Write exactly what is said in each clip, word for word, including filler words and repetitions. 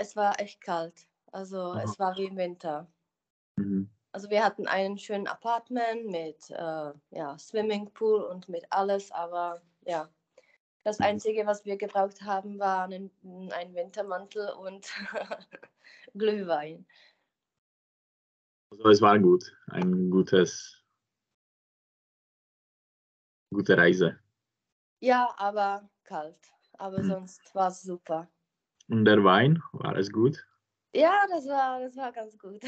es war echt kalt. Also Aha. es war wie im Winter. Mhm. Also wir hatten einen schönen Apartment mit äh, ja, Swimmingpool und mit alles, aber ja, das Mhm. Einzige, was wir gebraucht haben, war ein, ein Wintermantel und Glühwein. Also es war gut. Ein gutes, gute Reise. Ja, aber kalt. Aber Mhm. sonst war es super. Und der Wein, war es gut? Ja, das war, das war ganz gut.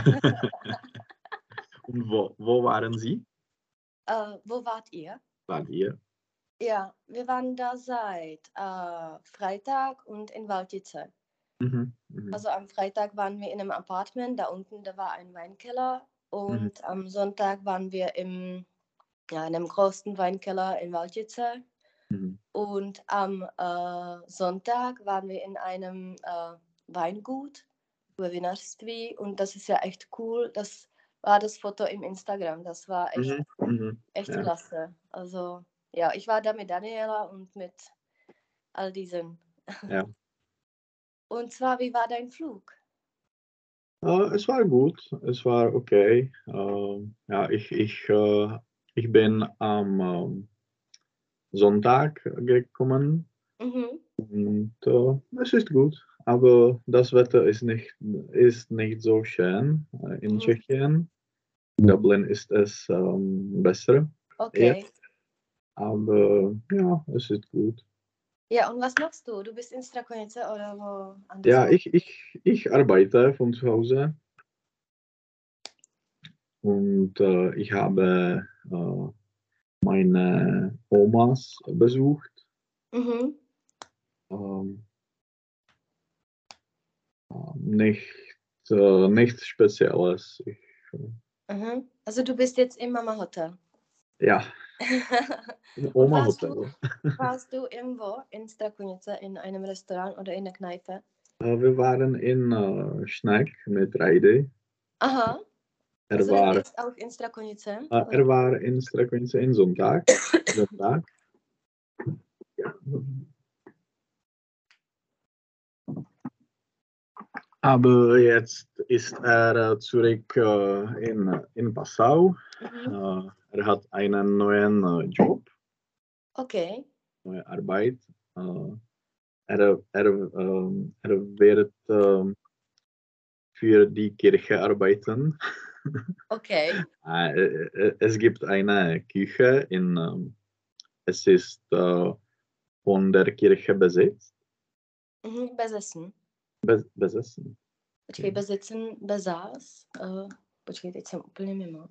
Und wo, wo waren Sie? Äh, wo wart ihr? Wart ihr? Ja, wir waren da seit äh, Freitag und in Walditze. Mhm. Mhm. Also am Freitag waren wir in einem Apartment, da unten, da war ein Weinkeller Mhm. und am Sonntag waren wir im, ja, in einem großen Weinkeller in Walditze Mhm. und am äh, Sonntag waren wir in einem äh, Weingut für Vinarství und das ist ja echt cool. Das war das Foto im Instagram, das war echt, Mhm. Mhm. echt Ja. klasse. Also ja, ich war da mit Daniela und mit all diesen. Ja. Und zwar, wie war dein Flug? Äh, es war gut, es war okay. Ähm, ja, ich, ich, äh, ich bin am ähm, Sonntag gekommen Mhm. und äh, es ist gut. Aber das Wetter ist nicht, ist nicht so schön äh, in Mhm. Tschechien. In Dublin ist es ähm, besser Okay. jetzt, aber ja, es ist gut. Ja, und was machst du? Du bist in Strakonice oder wo Ja, anderswo? ich, ich, ich arbeite von zu Hause und äh, ich habe äh, meine Omas besucht. Mhm. Ähm, nicht, äh, nichts Spezielles. Ich, Mhm. Also du bist jetzt im Mama Hotel. ja, im Und warst du, Oma-Hotel. warst du irgendwo in Strakonice in einem Restaurant oder in der Kneipe? Äh, wir waren in äh, Schneck mit Reide. Aha. Er Also er war, ist auch in Strakonice, äh, er oder? war in Strakonice in Sonntag. Sonntag. Ja. Aber jetzt ist er äh, zurück äh, in, in Passau. Mhm. Äh, er hat einen neuen äh, Job, Okay. neue Arbeit. Äh, er, er, ähm, er wird ähm, für die Kirche arbeiten. Okay. Äh, äh, es gibt eine Küche in, ähm, es ist äh, von der Kirche besetzt, Mhm. Besessen. be besessen. Počkej, Okay. besetzen, bezás. Uh, počkej, teď jsem úplně mimo.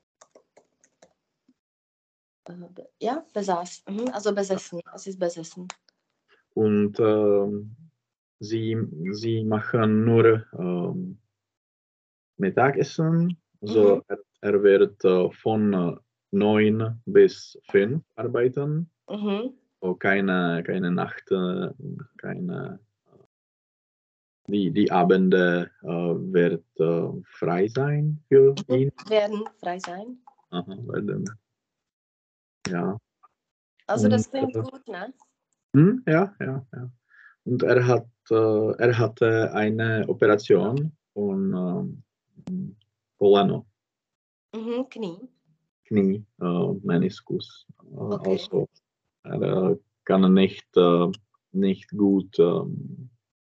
Uh, be, ja, bezás. Mhm. Also besessen. Es ist besessen. Und ähm, sie, sie machen nur ähm, Mittagessen. Mhm. Also er, er wird äh, von äh, neun bis fünf arbeiten. Mhm. So keine, keine Nacht, äh, keine, die, die Abende äh, wird äh, frei sein für ihn. Werden frei sein. Aha, werden, ja. Also Und das klingt äh, gut, ne? hm, ja, ja, ja. Und er hat, äh, er hatte eine Operation von ähm, Polano, Mhm, Knie. Knie, äh, Meniskus. Äh, Okay. also er äh, kann nicht, äh, nicht gut ähm,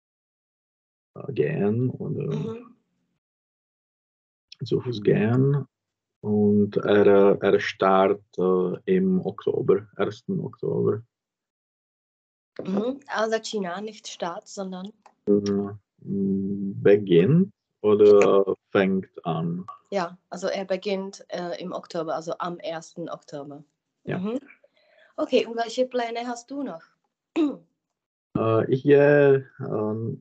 gehen oder Mhm. zu Fuß gehen. Und er, äh, er starrt äh, im Oktober, ersten Oktober. Mhm. Also China, nicht Staat, sondern. Äh, beginnt oder fängt an. Ja, also er beginnt äh, im Oktober, also am ersten Oktober. Ja. Mhm. Okay, und welche Pläne hast du noch? Äh, ich gehe ähm,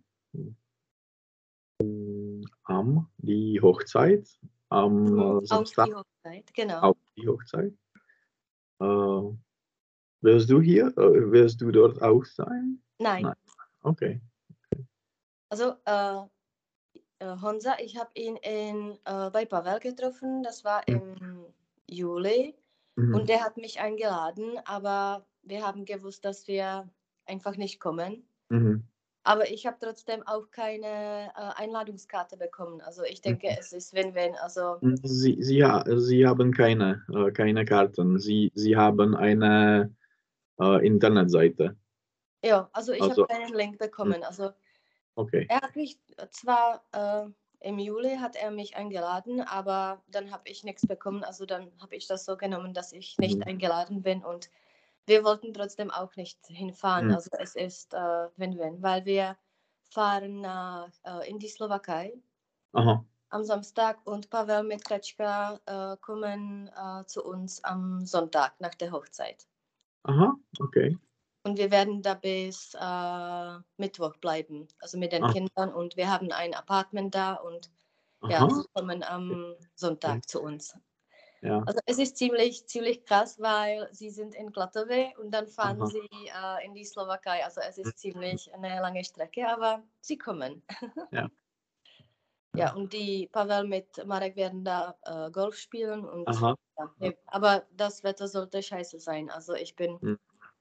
am die Hochzeit am Mhm. äh, Auf Samstag die Hochzeit, genau. auf die Hochzeit. Äh, wirst du hier? Äh, wirst du dort auch sein? Nein, Nein. Okay. also äh, äh, Honza, ich habe ihn in, äh, bei Pavel getroffen, das war Mhm. im Juli und Mhm. der hat mich eingeladen, aber wir haben gewusst, dass wir einfach nicht kommen. Mhm. Aber ich habe trotzdem auch keine äh, Einladungskarte bekommen. Also ich denke, es ist Win-Win. Also Sie, Sie, ha- Sie haben keine, äh, keine Karten. Sie, Sie haben eine äh, Internetseite. ja, also ich habe Also, keinen Link hm, bekommen. Also okay. er hat mich zwar äh, im Juli hat er mich eingeladen, aber dann habe ich nichts bekommen. Also dann habe ich das so genommen, dass ich nicht Mhm. eingeladen bin und wir wollten trotzdem auch nicht hinfahren. Hm. Also es ist äh, Win-Win, weil wir fahren nach, äh, in die Slowakei Aha, am Samstag und Pavel mit Kretschka äh, kommen äh, zu uns am Sonntag nach der Hochzeit. aha, okay. Und wir werden da bis äh, Mittwoch bleiben, also mit den Ah, Kindern. Und wir haben ein Apartment da und ja, aha, sie kommen am okay. Sonntag zu uns. Ja, Also es ist ziemlich, ziemlich krass, weil sie sind in Klatovy und dann fahren aha. sie äh, in die Slowakei. Also es Hm. ist ziemlich eine lange Strecke, aber sie kommen. Ja, ja. Ja, und die Pavel mit Marek werden da äh, Golf spielen und Aha. ja, Ja. nee, aber das Wetter sollte scheiße sein. Also ich bin Hm.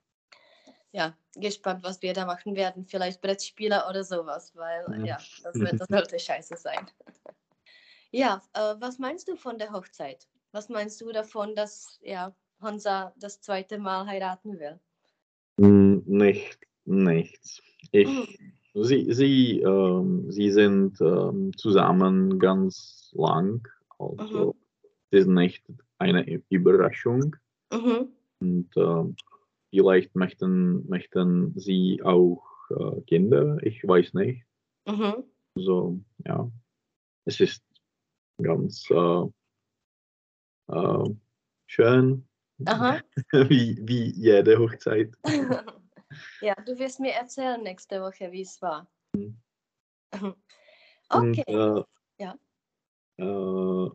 ja gespannt, was wir da machen werden. Vielleicht Brettspieler oder sowas, weil Hm. ja, das Wetter sollte scheiße sein. Ja, äh, was meinst du von der Hochzeit? Was meinst du davon, dass ja, Hansa das zweite Mal heiraten will? Hm, Nicht, nichts. Mhm. Ich, sie, sie, ähm, sie sind ähm, zusammen ganz lang, Mhm. also es ist nicht eine Überraschung. Mhm. Und ähm, vielleicht möchten, möchten sie auch äh, Kinder, ich weiß nicht. Mhm. So, ja, es ist ganz äh, äh, schön, Aha. wie, wie jede Hochzeit. Ja, du wirst mir erzählen nächste Woche, wie es war. Und Okay, äh, ja. äh,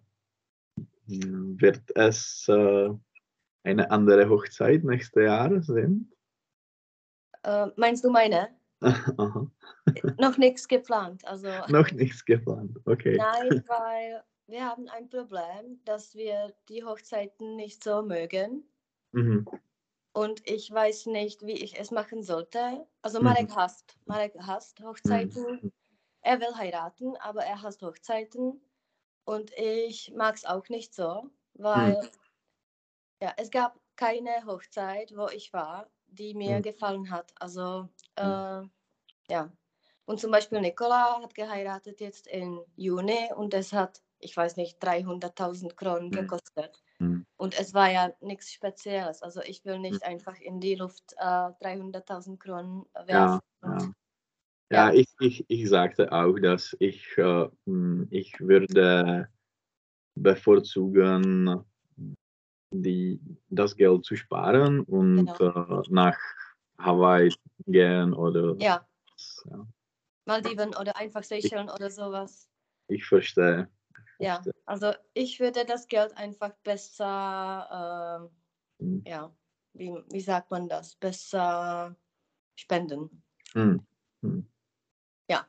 wird es äh, eine andere Hochzeit nächstes Jahr sein? Äh, meinst du meine? Aha. Noch nichts geplant. Also Noch nichts geplant. Okay. nein, weil wir haben ein Problem, dass wir die Hochzeiten nicht so mögen. Mhm. Und ich weiß nicht, wie ich es machen sollte. Also Mhm. Marek hasst. Marek hasst Mhm. Hochzeiten. Er will heiraten, aber er hasst Hochzeiten. Und ich mag es auch nicht so, Mhm. weil ja, es gab keine Hochzeit, wo ich war, die mir Mhm. gefallen hat. Also äh, ja. Und zum Beispiel Nicola hat geheiratet jetzt im Juni und es hat, ich weiß nicht, dreihunderttausend Kronen Mhm. gekostet. Mhm. Und es war ja nichts Spezielles. Also ich will nicht einfach in die Luft äh, dreihunderttausend Kronen Ja, werfen. Und ja. Ja, ja, ich, ich, ich sagte auch, dass ich, äh, mh, ich würde bevorzugen, die, das Geld zu sparen und genau. äh, nach Hawaii gehen oder Ja, ja. Maldiven oder einfach Ich, Seychellen oder sowas. ich verstehe. Ich Ja, verstehe. also ich würde das Geld einfach besser, Hm. äh, ja, wie, wie sagt man das, besser spenden. Hm. Hm. Ja,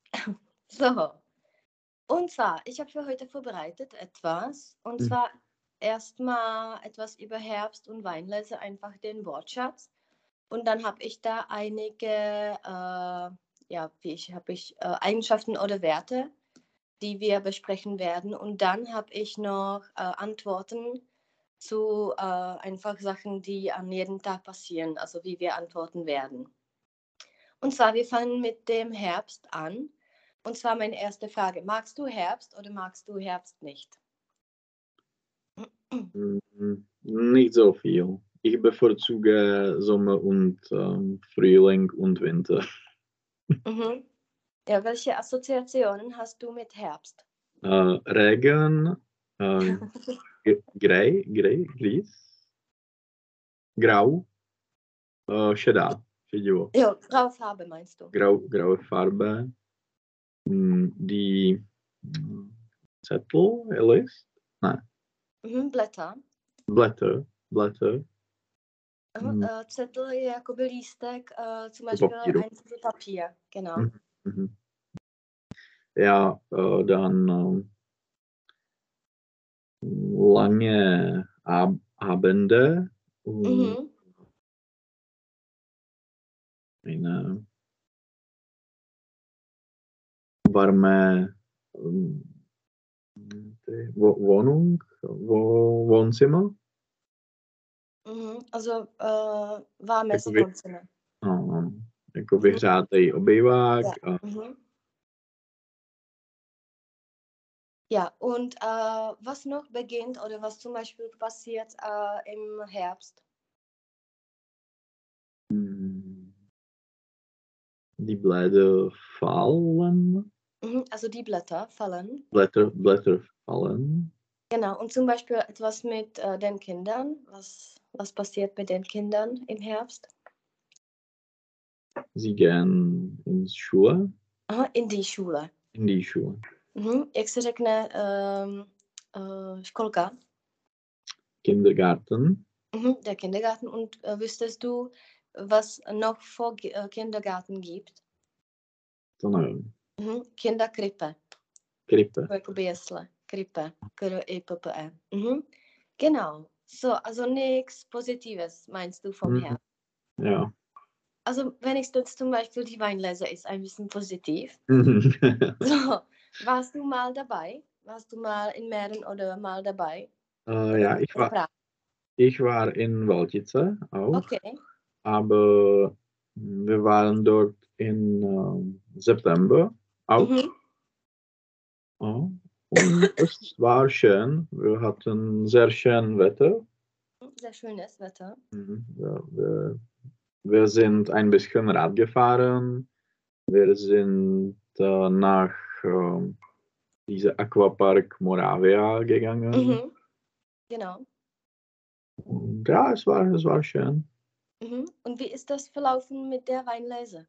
so. Und zwar, ich habe für heute vorbereitet etwas. Und Hm. zwar erstmal etwas über Herbst und Weinlese, einfach den Wortschatz. Und dann habe ich da einige, äh, ja, wie ich, habe ich äh, Eigenschaften oder Werte, die wir besprechen werden. Und dann habe ich noch äh, Antworten zu äh, einfach Sachen, die an jedem Tag passieren, also wie wir antworten werden. Und zwar, wir fangen mit dem Herbst an. Und zwar meine erste Frage, magst du Herbst oder magst du Herbst nicht? Hm. Nicht so viel. Ich bevorzuge Sommer und ähm, Frühling und Winter. Mhm. Ja, welche Assoziationen hast du mit Herbst? Äh, Regen, äh, G- Grey, Grey, Gris, Grau, äh, šedá, šedivo. Ja, graue Farbe meinst du? Grau, graue Farbe. Hm, Die hm, Zettel, List? Nein, Mhm, Blätter. Blätter, Blätter. Aha, Hm, äh, Zettel je jakoby lístek, äh, zum zu Beispiel Papíru. ein Zettel Papier, genau. Mhm, mhm. Ja, äh, dann ähm, lange Ab Abende und Mhm. eine warme ähm, Wo- Wohnung, Wo- Wohnzimmer. Mhm. Also äh, warmes Jakoby, Wohnzimmer. no, jako Mhm. vyhřátej obývák. Ja. A Mhm. Ja, und äh, was noch beginnt oder was zum Beispiel passiert äh, im Herbst? mm, die Blätter fallen. Mhm. Also die Blätter fallen. Blätter, Blätter fallen. Genau, und zum Beispiel etwas mit äh, den Kindern. Was, was passiert mit den Kindern im Herbst? Sie gehen ins Schule. Aha, in die Schule. In die Schule. Mhm. Jak se řekne um, uh, školka? Kindergarten. Mhm, der Kindergarten. Und äh, wüsstest du, was noch vor G- äh, Kindergarten gibt? To nevím. Mhm. Kinderkrippe. Krippe. Jakoby jesle. Krippe. K-R-I-P-P-E. Mhm. Genau. So, also nichts Positives meinst du vom Mhm. Herbst? Ja. Also wenigstens zum Beispiel die Weinlese ist ein bisschen positiv. Mhm. So, warst du mal dabei? Warst du mal in Mähren oder mal dabei? äh, Oder ja, ich in war, Prag? ich war in Waltice auch, Okay. aber wir waren dort im ähm, September auch. Mhm. Oh. Und es war schön. Wir hatten sehr schön Wetter. Sehr schönes Wetter. Mhm. Ja, wir, wir sind ein bisschen Rad gefahren. Wir sind äh, nach ähm, diesem Aquapark Moravia gegangen. Mhm. Genau. Und ja, es war, es war schön. Mhm. Und wie ist das verlaufen mit der Weinlese?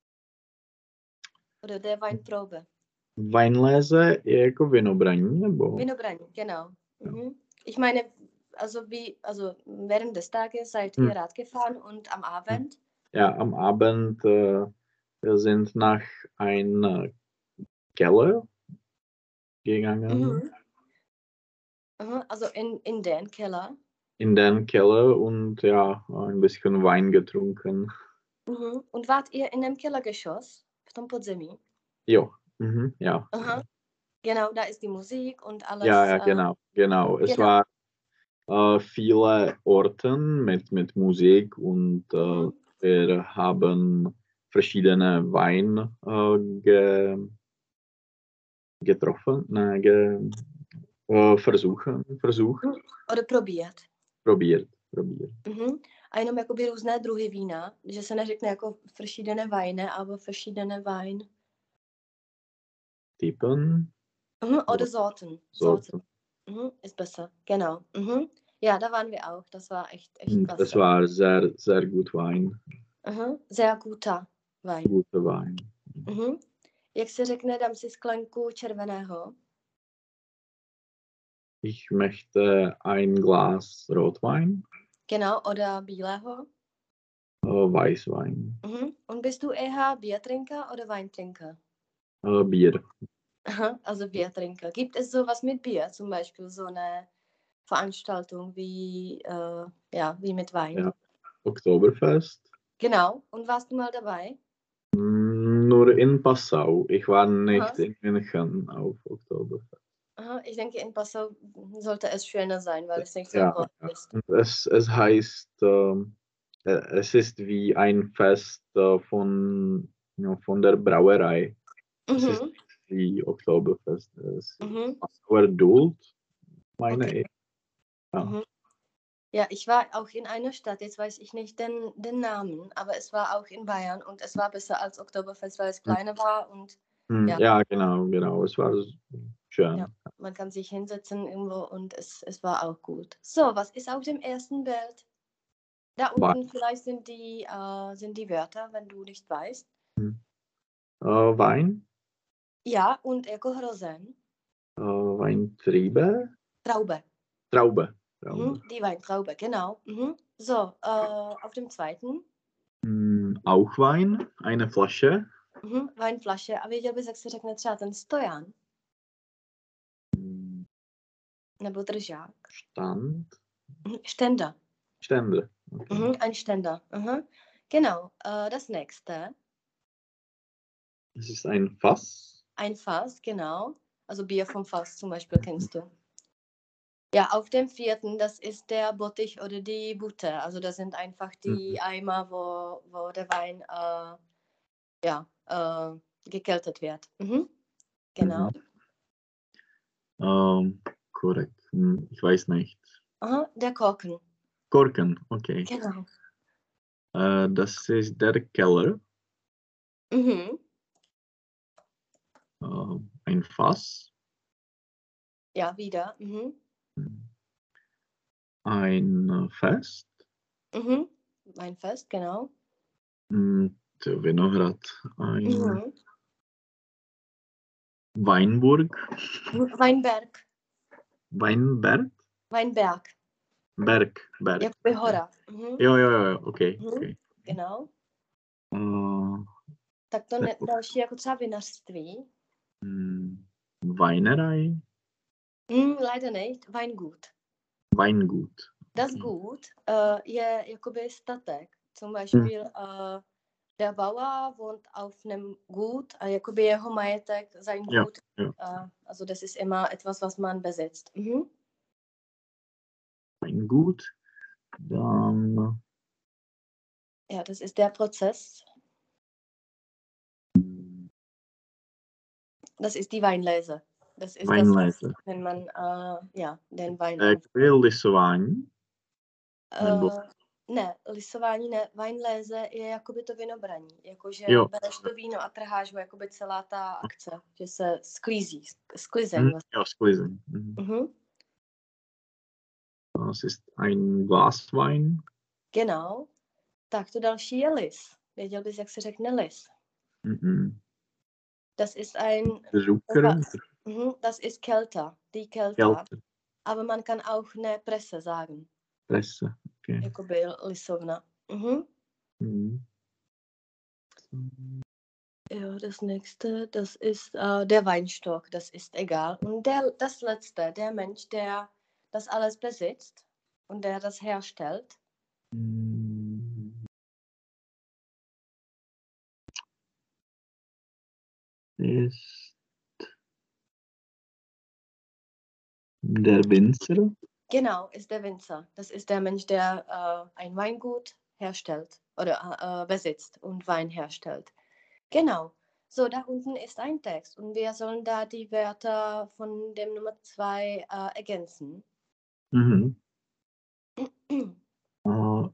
Oder der Weinprobe? Weinlese je jako vinobraní, nebo? Winobraní, genau. Ja. Mhm. Ich meine, also wie, also während des Tages seid Hm. ihr Rad gefahren und am Abend? Ja, am Abend, äh, wir sind nach einem Keller gegangen. Mhm. Aha, also in, in den Keller. In den Keller und ja, ein bisschen Wein getrunken. Mhm. Und wart ihr in dem Kellergeschoss? V tom podzemí? Jo, mhm, ja. Aha. Genau, da ist die Musik und alles. Ja, ja, Äh, genau, genau. Es genau. war äh, viele Orten mit, mit Musik und äh, Mhm. wir haben verschiedene Wein äh, ge, getroffen, ne, ge, äh, versuchen, versucht, Mhm. Oder probiert. probiert, probiert. Mhm. A jenom jakoby různé druhy vína, že se neřekne jako verschiedene Weine, aber verschiedene Wein. Typen, Mhm. Oder oder Sorten. Sorten. Sorten. Mhm. Ist besser. Genau. Mhm. Ja, da waren wir auch. Das war echt, echt Und klasse. es war sehr, sehr gut Wein, Mhm. Sehr guter Wein. guter Wein. Mhm. Jak se řekne, dám si sklenku červeného. Ich möchte ein Glas Rotwein, Genau, oder bílého. äh, Weißwein, Mhm. Und bist du eher Biertrinker oder Weintrinker? äh, Bier. Aha, also Biertrinker. Gibt es sowas mit Bier? Zum Beispiel so eine Veranstaltung wie, äh, ja, wie mit Wein? Ja. Oktoberfest. Genau. Und warst du mal dabei? Mm, Nur in Passau. Ich war nicht Aha. in München auf Oktoberfest. Aha, ich denke, in Passau sollte es schöner sein, weil es nicht so Ja, groß ja. ist. Und Es, es heißt, ähm, äh, es ist wie ein Fest äh, von, ja, von der Brauerei. Es ist Mhm. wie Oktoberfest. Es Mhm. war Duld, meine Okay. ich. Ja. Mhm. Ja, ich war auch in einer Stadt, jetzt weiß ich nicht den, den Namen, aber es war auch in Bayern und es war besser als Oktoberfest, weil es kleiner war und Hm, ja, Ja, genau, genau. Es war schön. ja, man kann sich hinsetzen irgendwo und es, es war auch gut. So, was ist auf dem ersten Bild? Da Wein, unten vielleicht sind die, äh, sind die Wörter, wenn du nicht weißt. äh, Wein, Ja, und jako hrozen. äh, Weintriebe, Traube. Traube. Traube. Mhm, die Weintraube, genau. Mhm. So, äh, auf dem zweiten. Hm, auch Wein, eine Flasche. Mhm, Weinflasche. A věděl bys, jak se řekne třeba ten stojan? Hm, Nebo držák? Stand, Mhm, Ständer. Stände. Okay. Mhm, ein Ständer. Mhm. Genau. Äh, das nächste. Es ist ein Fass. ein Fass, genau. Also Bier vom Fass zum Beispiel kennst du. Ja, auf dem vierten, das ist der Bottich oder die Butte. Also das sind einfach die Mhm. Eimer, wo, wo der Wein äh, ja, äh, gekältet wird. Mhm. Genau. Mhm. Ähm, korrekt. Hm, Ich weiß nicht. Aha, der Korken. Korken, okay. Genau. Äh, das ist der Keller. Mhm. Äh, ein Fass. Ja, wieder. Mhm. Ein äh, Fest. Mhm. Weinfest, genau. Hm, Der Vinograd. Ein Mhm. Weinburg. Weinberg. Weinberg? Weinberg. Berg. Berg. Jakoby Okay. hora. Mhm. Jo, jo, jo, okay. Mhm. okay. Genau. Äh, Tak to der, ne, další jako třeba vinařství. hm, Weinerei. Hm, leider nicht. Weingut. Weingut. Das Okay. Gut äh, je jakoby statek. Zum Beispiel äh, der Bauer wohnt auf einem Gut, äh, jakoby jeho majetek, sein Ja, Gut. ja. Äh, also das ist immer etwas, was man besitzt. Mhm. Weingut. Dann Ja, das ist der Prozess. Das ist die Weinlese. Das ist das, Weinlese. wenn man äh, ja, den Wein Jako an. je lisování. Nebo... Uh, ne, lisování ne, weinlese je jakoby to vinobraní, jakože Jo. bereš to víno a trháš ho, jakoby celá ta akce, že se sklízí, sklizeň Hm, vlastně. Ja, sklizeň. Mhm. Mhm. Das ist ein Glas Wein. Genau. Tak to další je lis. Věděl bys, jak se řekne lis? Mhm. Das ist ein... Zucker. Mhm, das ist Kelter, die Kelter. Kälte. Aber man kann auch eine Presse sagen. Presse. Okay. Jakoby lisovna. Mhm. Mhm. Ja, das nächste, das ist äh, der Weinstock, das ist egal. Und der, das letzte, der Mensch, der das alles besitzt und der das herstellt. Ist der Winzer. Genau, ist der Winzer. Das ist der Mensch, der äh, ein Weingut herstellt oder äh, besitzt und Wein herstellt. Genau. So, da unten ist ein Text und wir sollen da die Wörter von dem Nummer zwei äh, ergänzen. Mhm. Uh,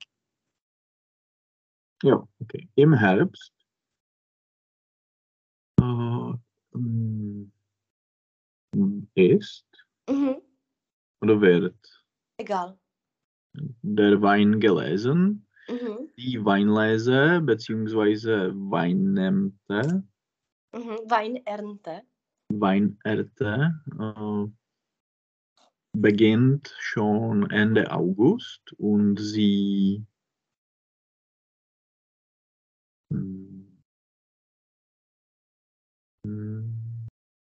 ja, okay. Im Herbst uh, ist Mhm. oder wird Egal. der Wein gelesen. Mhm. Die Weinlese bzw. Weinnämte. Mhm. Weinernte. Weinernte uh, beginnt schon Ende August und sie mm, mm,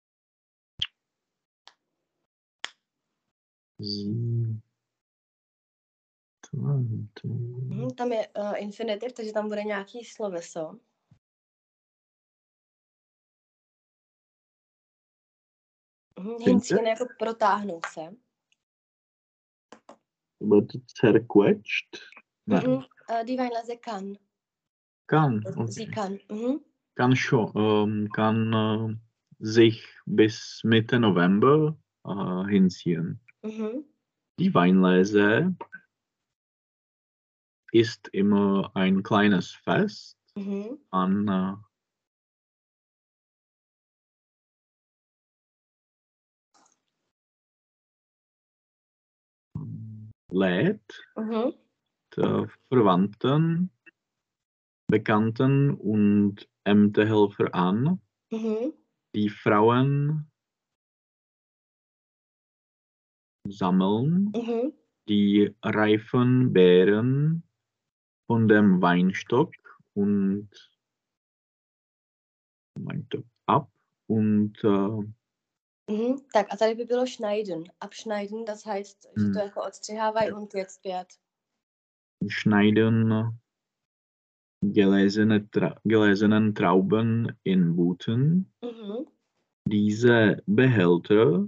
sie Mhm, tam je uh, infinitiv, takže tam bude nějaký sloveso. Mhm, hinziehen jako protáhnout se. But zerquetscht? Nein. Mhm, uh, die Weinlese kann. Kann, Sie okay. kann. Mhm. Kann schon, ähm, kann äh, sich bis Mitte November äh, hinziehen. Mhm. Die Weinlese ist immer ein kleines Fest Mhm. an äh, lädt Mhm. äh, Verwandten, Bekannten und Ämterhelfer an. Mhm. Die Frauen sammeln Mhm. die reifen Beeren von dem Weinstock und Weinstock ab und äh, Mhm. Tak a tady by bylo schneiden. Abschneiden, das heißt, že to hm, jako odstřihávají und jetzt wird. schneiden gelesene Tra gelesenen Trauben in Buten. Mhm. diese Behälter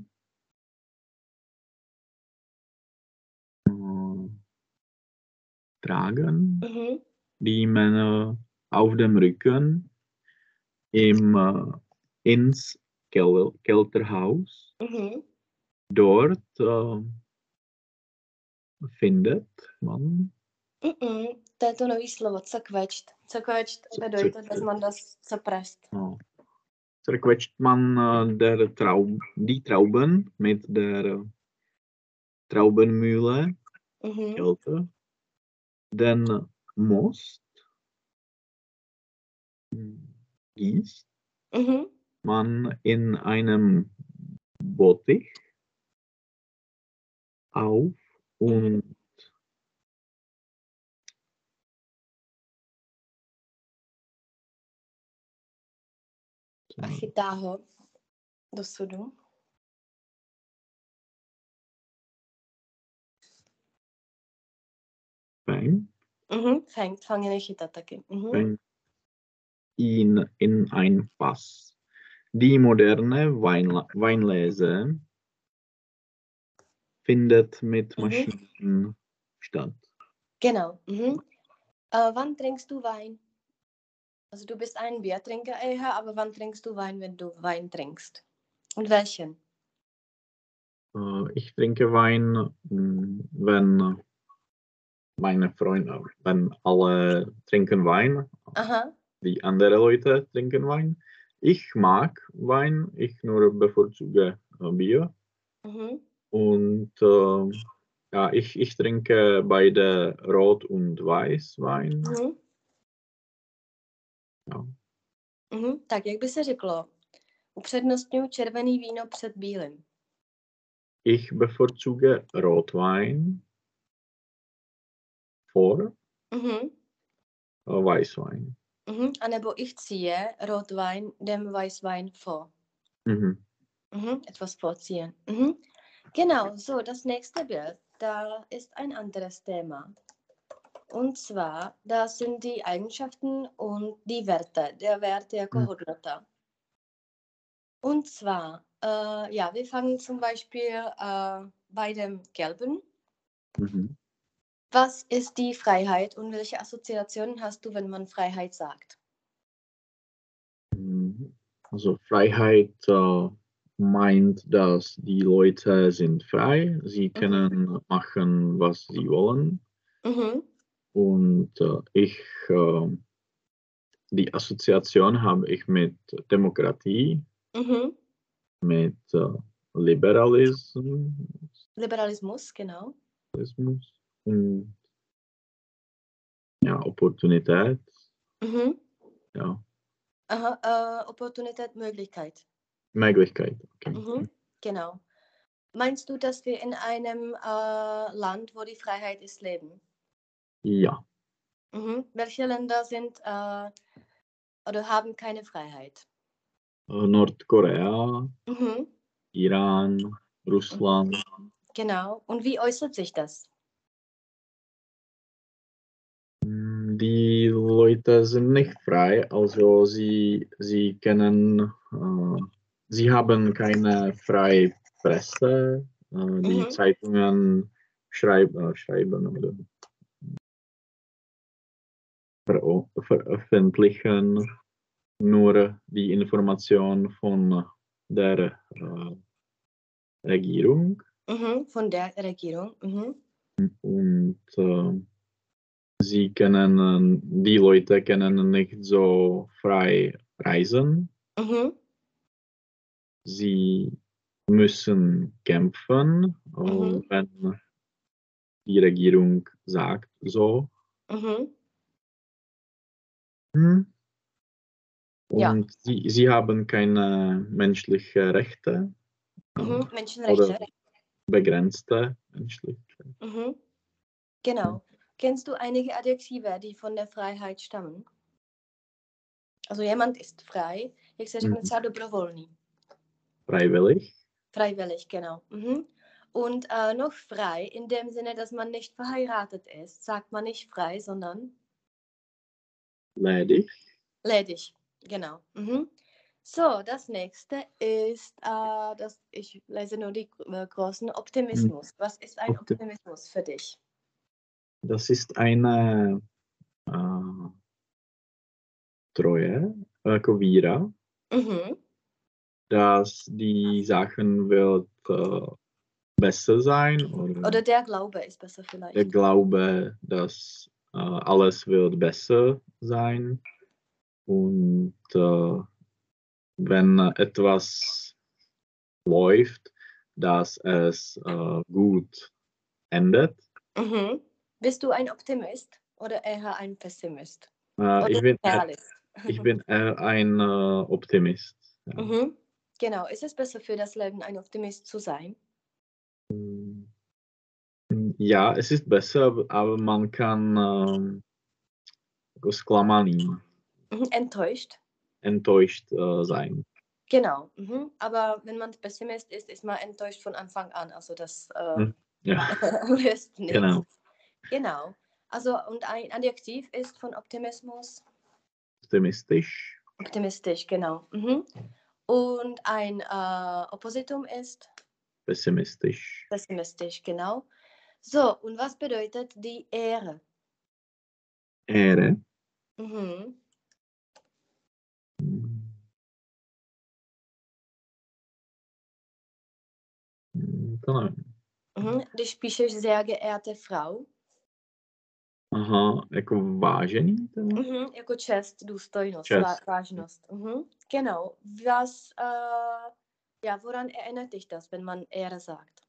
äh, tragen Mhm. die Männer auf dem Rücken im, äh, ins Kel Kelterhaus. Mhm. Dort äh, findet man Mhm. To je to nový slovo, zerquetscht. Zerquetscht bedeutet, dass man das zerpresst. oh, zerquetscht man äh, der Traub, die Trauben mit der Traubenmühle, Mhm. Kälte, den Most gießt Mhm. man in einem Bottich auf und Mhm. A chytá ho do sudu. fängt, Mhm. Fängt, fangen chytat taky. Mhm. fängt ihn in ein Fass. Die moderne Weinla Weinlese findet mit Mhm. Maschinen statt. Genau. Mhm. Äh, wann trinkst du Wein? Also du bist ein Biertrinker, eher, aber wann trinkst du Wein, wenn du Wein trinkst? Und welchen? Äh, ich trinke Wein, mh, wenn meine Freunde, wenn alle trinken Wein, Aha. die anderen Leute trinken Wein. Ich mag Wein, ich nur bevorzuge äh, Bier. Mhm. Und äh, ja, ich, ich trinke beide Rot- und Weißwein. Mhm. Ja. Mhm. Tak, jak by se řeklo, upřednostňuji červený víno před bílým. Ich bevorzuge Rotwein vor Mhm. äh, Weißwein. Mhm. A nebo ich ziehe Rotwein dem Weißwein vor. Mhm. Mhm. Etwas vorziehen. Mhm. Genau, so, das nächste Bild, da ist ein anderes Thema. Und zwar, das sind die Eigenschaften und die Werte, der Wert jako Mhm. hodnota. Und zwar, äh, ja, wir fangen zum Beispiel äh, bei dem Gelben. Mhm. Was ist die Freiheit und welche Assoziationen hast du, wenn man Freiheit sagt? Mhm. Also Freiheit äh, meint, dass die Leute sind frei, sie Mhm. können machen, was sie wollen. Mhm. Und äh, ich, äh, die Assoziation habe ich mit Demokratie, Mhm. mit äh, Liberalismus Liberalismus, genau. und ja, Opportunität. Mhm. Ja, Aha, äh, Opportunität, Möglichkeit. Möglichkeit. Okay. Mhm. Genau. Meinst du, dass wir in einem äh, Land, wo die Freiheit ist, leben? Ja, Mhm. Welche Länder sind äh, oder haben keine Freiheit? äh, Nordkorea, Mhm. Iran, Russland. Genau. Und wie äußert sich das? Mm, Die Leute sind nicht frei, also sie, sie können, äh, sie haben keine freie Presse, äh, die Mhm. Zeitungen schreib, äh, schreiben oder ver veröffentlichen nur die Information von der äh, Regierung Mhm. Von der Regierung. Mhm. und äh, sie können, die Leute können nicht so frei reisen. Mhm. Sie müssen kämpfen, äh, Mhm. wenn die Regierung sagt so. Mhm. Hm. Ja. Und sie, sie haben keine menschlichen Rechte äh, Mhm. oder Menschenrechte. begrenzte menschliche Rechte. Mhm. Genau. Kennst du einige Adjektive, die von der Freiheit stammen? Also jemand ist frei, jak se řekne Mhm. třeba dobrovolný. Freiwillig, Freiwillig, genau. Mhm. Und äh, noch frei in dem Sinne, dass man nicht verheiratet ist, sagt man nicht frei, sondern ledig, ledig. Genau. Mhm. So, das nächste ist, äh, das, ich lese nur die äh, großen Optimismus. Was ist ein Opti- Optimismus für dich? Das ist eine äh, Treue, jako víra, Mhm. dass die Sachen wird äh, besser sein oder Oder der Glaube ist besser der vielleicht. Glaube, dass äh, alles wird besser sein und äh, wenn etwas läuft, dass es äh, gut endet. Mhm. Bist du ein Optimist oder eher ein Pessimist? Äh, Oder ich bin, äh, Realist? ich bin eher ein äh, Optimist. Ja. Mhm. Genau. Ist es besser für das Leben, ein Optimist zu sein? Ja, es ist besser, aber man kann ähm, zklamaný, Mhm. Enttäuscht? enttäuscht äh, sein. Genau. Mhm. Aber wenn man Pessimist ist, ist man enttäuscht von Anfang an. Also das äh, Hm? Ja, löst nichts. genau. Genau. Also und ein Adjektiv ist von Optimismus Optimistisch, optimistisch, genau. Mhm. Und ein äh, Oppositum ist pessimistisch, pessimistisch, genau. So, und was bedeutet die Ehre? Ehre. Mhm. Hm, to nevím. Mhm. Když píšeš sehr geehrte Frau, Aha, jako vážený to? mhm. Jako čest, důstojnost, Čest. vá- vážnost. Mhm. Genau. Was, äh, ja, woran erinnert dich das, wenn man Ehre sagt?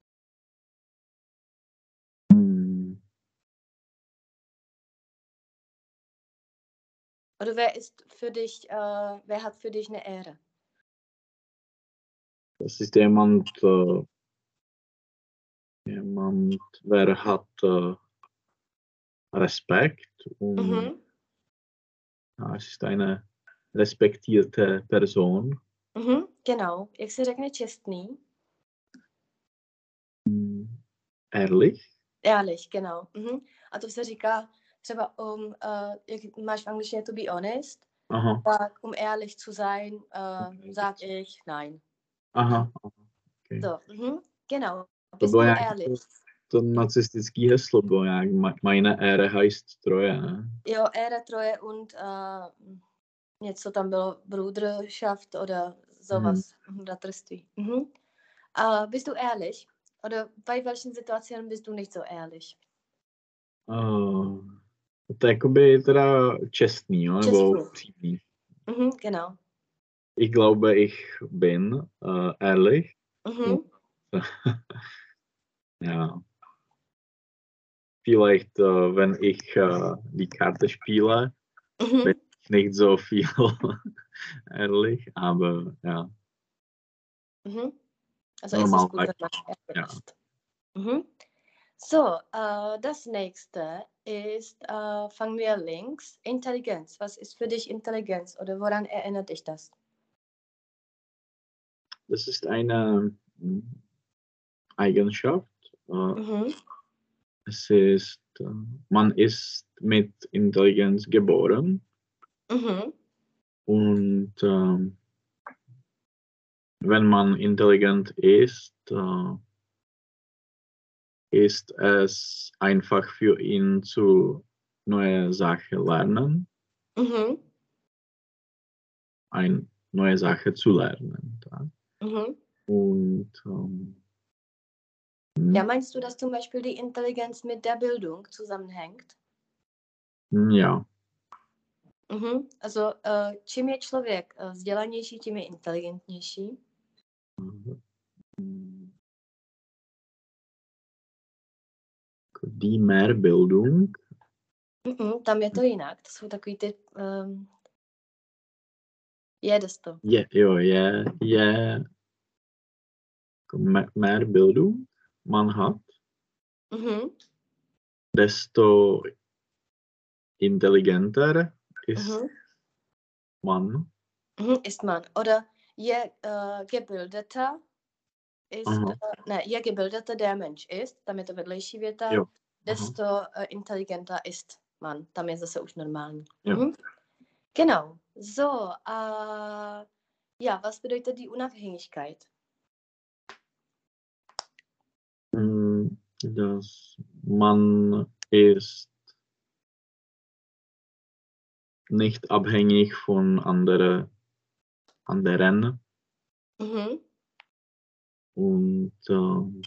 Hm, Oder wer ist für dich, äh, wer hat für dich eine Ehre? Das ist jemand, äh, jemand, wer hat äh, Respekt und Mhm. ja, es ist eine respektierte Person. Mhm. Genau. Jak se řekne čestný? Hm, ehrlich. Ehrlich, genau. Mhm. A to se říká třeba um, uh, jak máš v angličtině to be honest, Aha, tak um ehrlich zu sein, uh, sag ich nein. aha, aha, okay. So, mhm. Genau. To Bist bylo du nějak ehrlich? to nacistický heslo, bylo nějak ma- meine Ehre heißt Treue, ne? Jo, Ehre, Treue und uh, něco tam bylo, Bruderschaft oder sowas, mhm. Bratrství. Mhm. Uh, bist du ehrlich? Oder bei welchen Situationen bist du nicht so ehrlich? Uh, to je jakoby teda čestný, jo? Nebo Čestný. upřímný. Mhm, genau. Ich glaube, ich bin uh, ehrlich. Mhm. Ja. Vielleicht, uh, wenn ich uh, die Karte spiele, Mhm. bin ich nicht so viel ehrlich, aber ja. Mhm. Also es Normal, ist gut, wenn man ehrlich ja. ist. Mhm. So, äh, das nächste ist, äh, fangen wir links, Intelligenz. Was ist für dich Intelligenz oder woran erinnert dich das? Das ist eine hm, Eigenschaft. Uh, Mhm. es ist, uh, man ist mit Intelligenz geboren Mhm. und ähm, wenn man intelligent ist, äh, ist es einfach für ihn zu neue Sachen lernen, Mhm. eine neue Sache zu lernen. Ja. Mhm. Und ähm, Ja, meinst du, dass zum Beispiel die Intelligenz mit der Bildung zusammenhängt? ja, Mhm. Also, äh, čím je člověk äh, vzdělanější, tím je inteligentnější. die Mehrbildung. Mhm. Tam je to jinak. To jsou takový ty... Um, jedes to. Je, jo, je, je mehr, mehr Bildung man hat, Mhm. desto intelligenter ist Mhm. man. Mhm. Ist man. Oder je äh, gebildeter ist, äh, ne, je gebildeter der Mensch ist, tam je to vedlejší věta, Jo. desto äh, intelligenter ist man. Tam je zase už normální. Jo. Mhm. Genau. So, äh, Ja, was bedeutet die Unabhängigkeit? Mm, Dass man ist nicht abhängig von andere, anderen Mhm. und äh,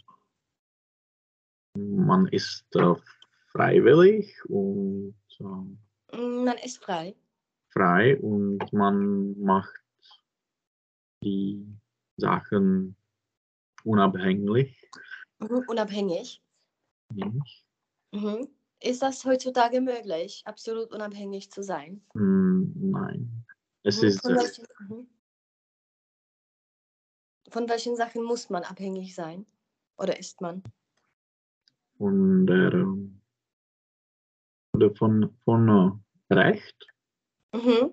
man ist äh, freiwillig und äh, Mm, Man ist frei. frei und man macht die Sachen unabhängig. Mhm. Unabhängig. Nicht? Mhm. Ist das heutzutage möglich, absolut unabhängig zu sein? Mm, Nein. Es Mhm. ist Von äh, welchen, mhm. Von welchen Sachen muss man abhängig sein? Oder ist man? von der äh, oder von, von äh, Recht, Mhm.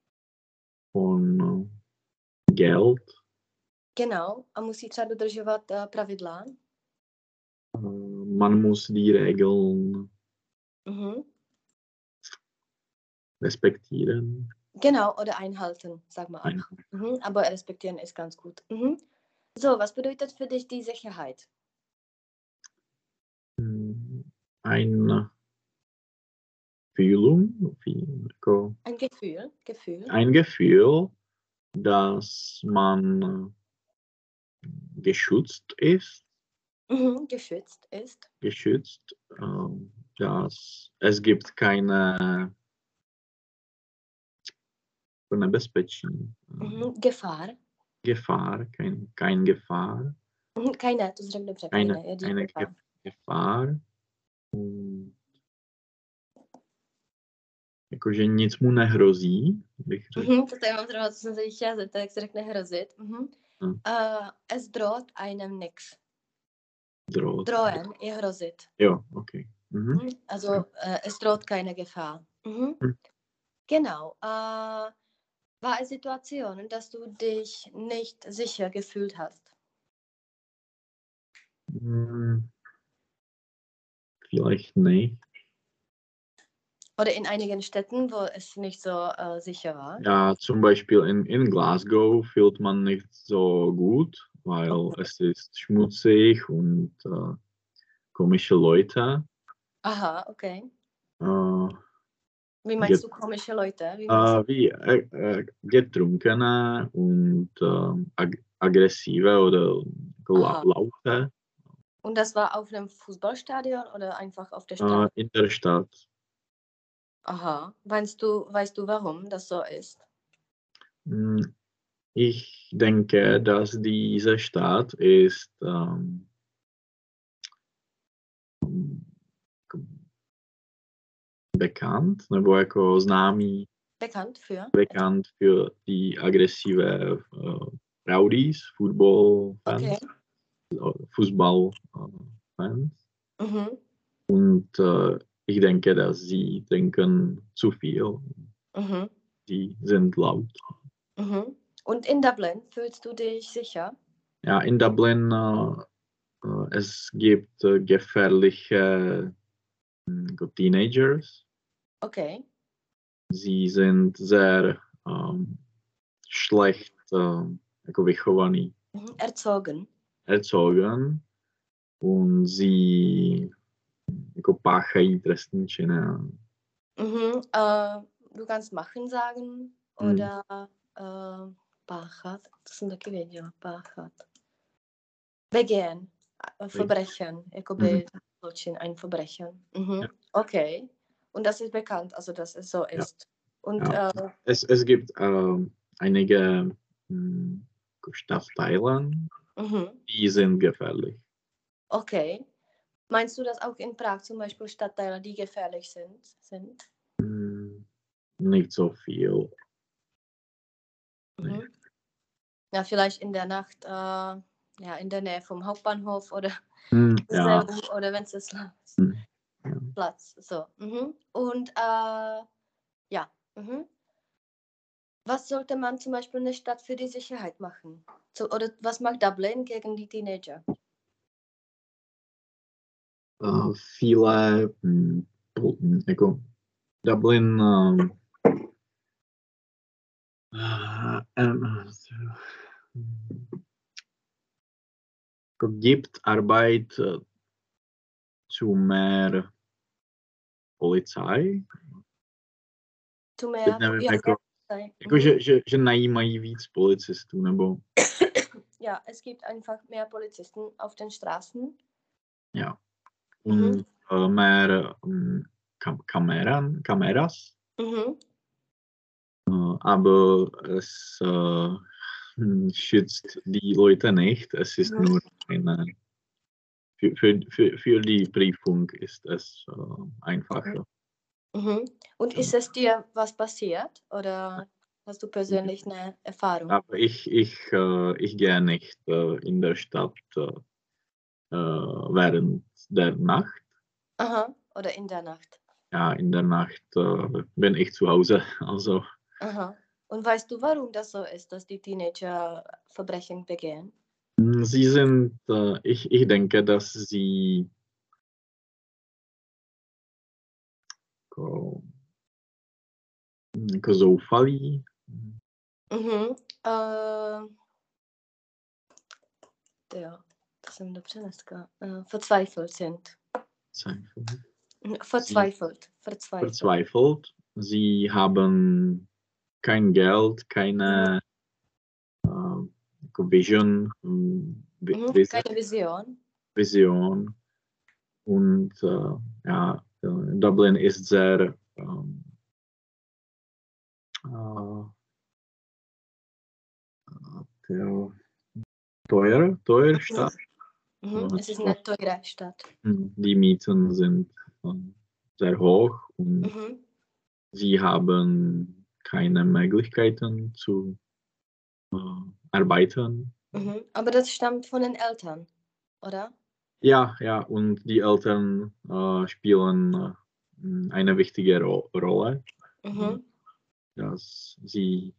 von äh, Geld. Genau. A musí třeba dodržovat uh, pravidla. Äh, Man muss die Regeln Mhm. respektieren. Genau, oder einhalten, sag mal Ein, auch. Mhm. Aber respektieren ist ganz gut. Mhm. So, was bedeutet für dich die Sicherheit? mm, eine Fühlung, wie- jako Ein Gefühl, Gefühl. ein Gefühl, dass man äh, geschützt ist, Mhm. Geschützt ist. geschützt, äh, dass es gibt keine, keine Bezpečí, äh, Mhm. Gefahr. Gefahr, kein, kein Gefahr, Mhm. Keine, to řekl dobře, keine, keine. Je die keine Gefahr. Ge- Gefahr. Mm, Jakože nic mu nehrozí, bych řekl. Mhm. To tady mám zrovna, co jsem se jí chtěla zeptat, jak se řekne hrozit. Mhm. Hm. Uh, es droht einem nix. Droht. Drohen je hrozit. Jo, okay. Mhm. Mhm. Also uh, es droht keine Gefahr. Mhm. Hm. Genau. Uh, war es Situation, dass du dich nicht sicher gefühlt hast? Hm, Vielleicht nicht. Oder in einigen Städten, wo es nicht so uh, sicher war? Ja, zum Beispiel in, in Glasgow fühlt man nicht so gut, weil Okay. es ist schmutzig und äh, komische Leute. Aha, okay. Äh, Wie meinst get, du komische Leute? Wie meinst äh, wie äh, äh, Getrunkene und äh, ag aggressive oder du? la Aha. laute Und das war auf einem Fußballstadion oder einfach auf der äh, Straße? in der Stadt. Aha. Weißt du, weißt du, warum das so ist? Hm, Ich denke, dass diese Stadt ist ähm, bekannt, nebo jako známý, Bekannt für? bekannt für die aggressive äh, Rowdies, Football-Fans, Okay. äh, Fußball-Fans. Mhm. Und äh, ich denke, dass sie trinken zu viel. Mhm. Die sind laut. Mhm. Und in Dublin fühlst du dich sicher? Ja, in Dublin äh, äh, es gibt äh, gefährliche äh, Teenagers. Okay. Sie sind sehr ähm, schlecht äh, jako vychovaní, Mhm. Erzogen. erzogen und sie jako páchají trestní činy. Mhm. Äh, du kannst machen sagen Hmm. oder äh, páchat. To jsem taky věděla. Páchat. Begehen. Äh, Verbrechen. Jakoby zločin, ein Verbrechen. Mhm. Ja. Okay. Und das ist bekannt, also dass es so Ja. ist. Und Ja. äh, Es, es gibt äh, einige mh, Stadtteile, mhm. die sind gefährlich. Okay. Meinst du, dass auch in Prag zum Beispiel Stadtteile, die gefährlich sind? sind? Hm, Nicht so viel. Nee. Mhm. Ja, vielleicht in der Nacht, äh, ja, in der Nähe vom Hauptbahnhof oder Hm, ja. Museum oder Wenceslas Hm, ja. Platz. So. Mhm. Und äh, ja. Mhm. Was sollte man zum Beispiel in der Stadt für die Sicherheit machen? So, oder was macht Dublin gegen die Teenager? Äh, viele hm, jako Dublin äh, ähm, gibt Arbeit äh, zu mehr Polizei? Tu Teď mehr, nevím, ja, jako, ja, jako mhm. že, že, že najímají víc policistů, nebo... Ja, es gibt einfach mehr Polizisten auf den Straßen. Ja. Mhm. Und äh, mehr ähm, Kam Kameran, Kameras. Mhm. Äh, aber es äh, schützt die Leute nicht. Es ist Mhm. nur eine... Für, für, für, für die Prüfung ist es äh, einfacher. Mhm. Und ist es dir was passiert oder hast du persönlich eine Erfahrung? Aber ich, ich, äh, ich gehe nicht äh, in der Stadt äh, während der Nacht. Aha, oder in der Nacht. Ja, in der Nacht äh, bin ich zu Hause. Also. Aha. Und weißt du, warum das so ist, dass die Teenager Verbrechen begehen? Sie sind, äh, ich, ich denke, dass sie jako, jako zoufalí. Mhm. Uh, jo, to jsem dobře dneska. Uh, verzweifelt sind. Verzweifelt. Verzweifelt. Verzweifelt. Verzweifelt. Sie haben kein Geld, keine mhm. äh, Vision. Mhm. Keine Vision. Vision. Und äh, ja, Dublin ist sehr ähm, äh, ja, teuer, teuer Stadt. Mhm. Es ist eine teure Stadt. Die Mieten sind äh, sehr hoch und Mhm. sie haben keine Möglichkeiten zu äh, arbeiten. Mhm. Aber das stammt von den Eltern, oder? Ja, ja, und die Eltern äh, spielen äh, eine wichtige Ro Rolle, Mhm. dass sie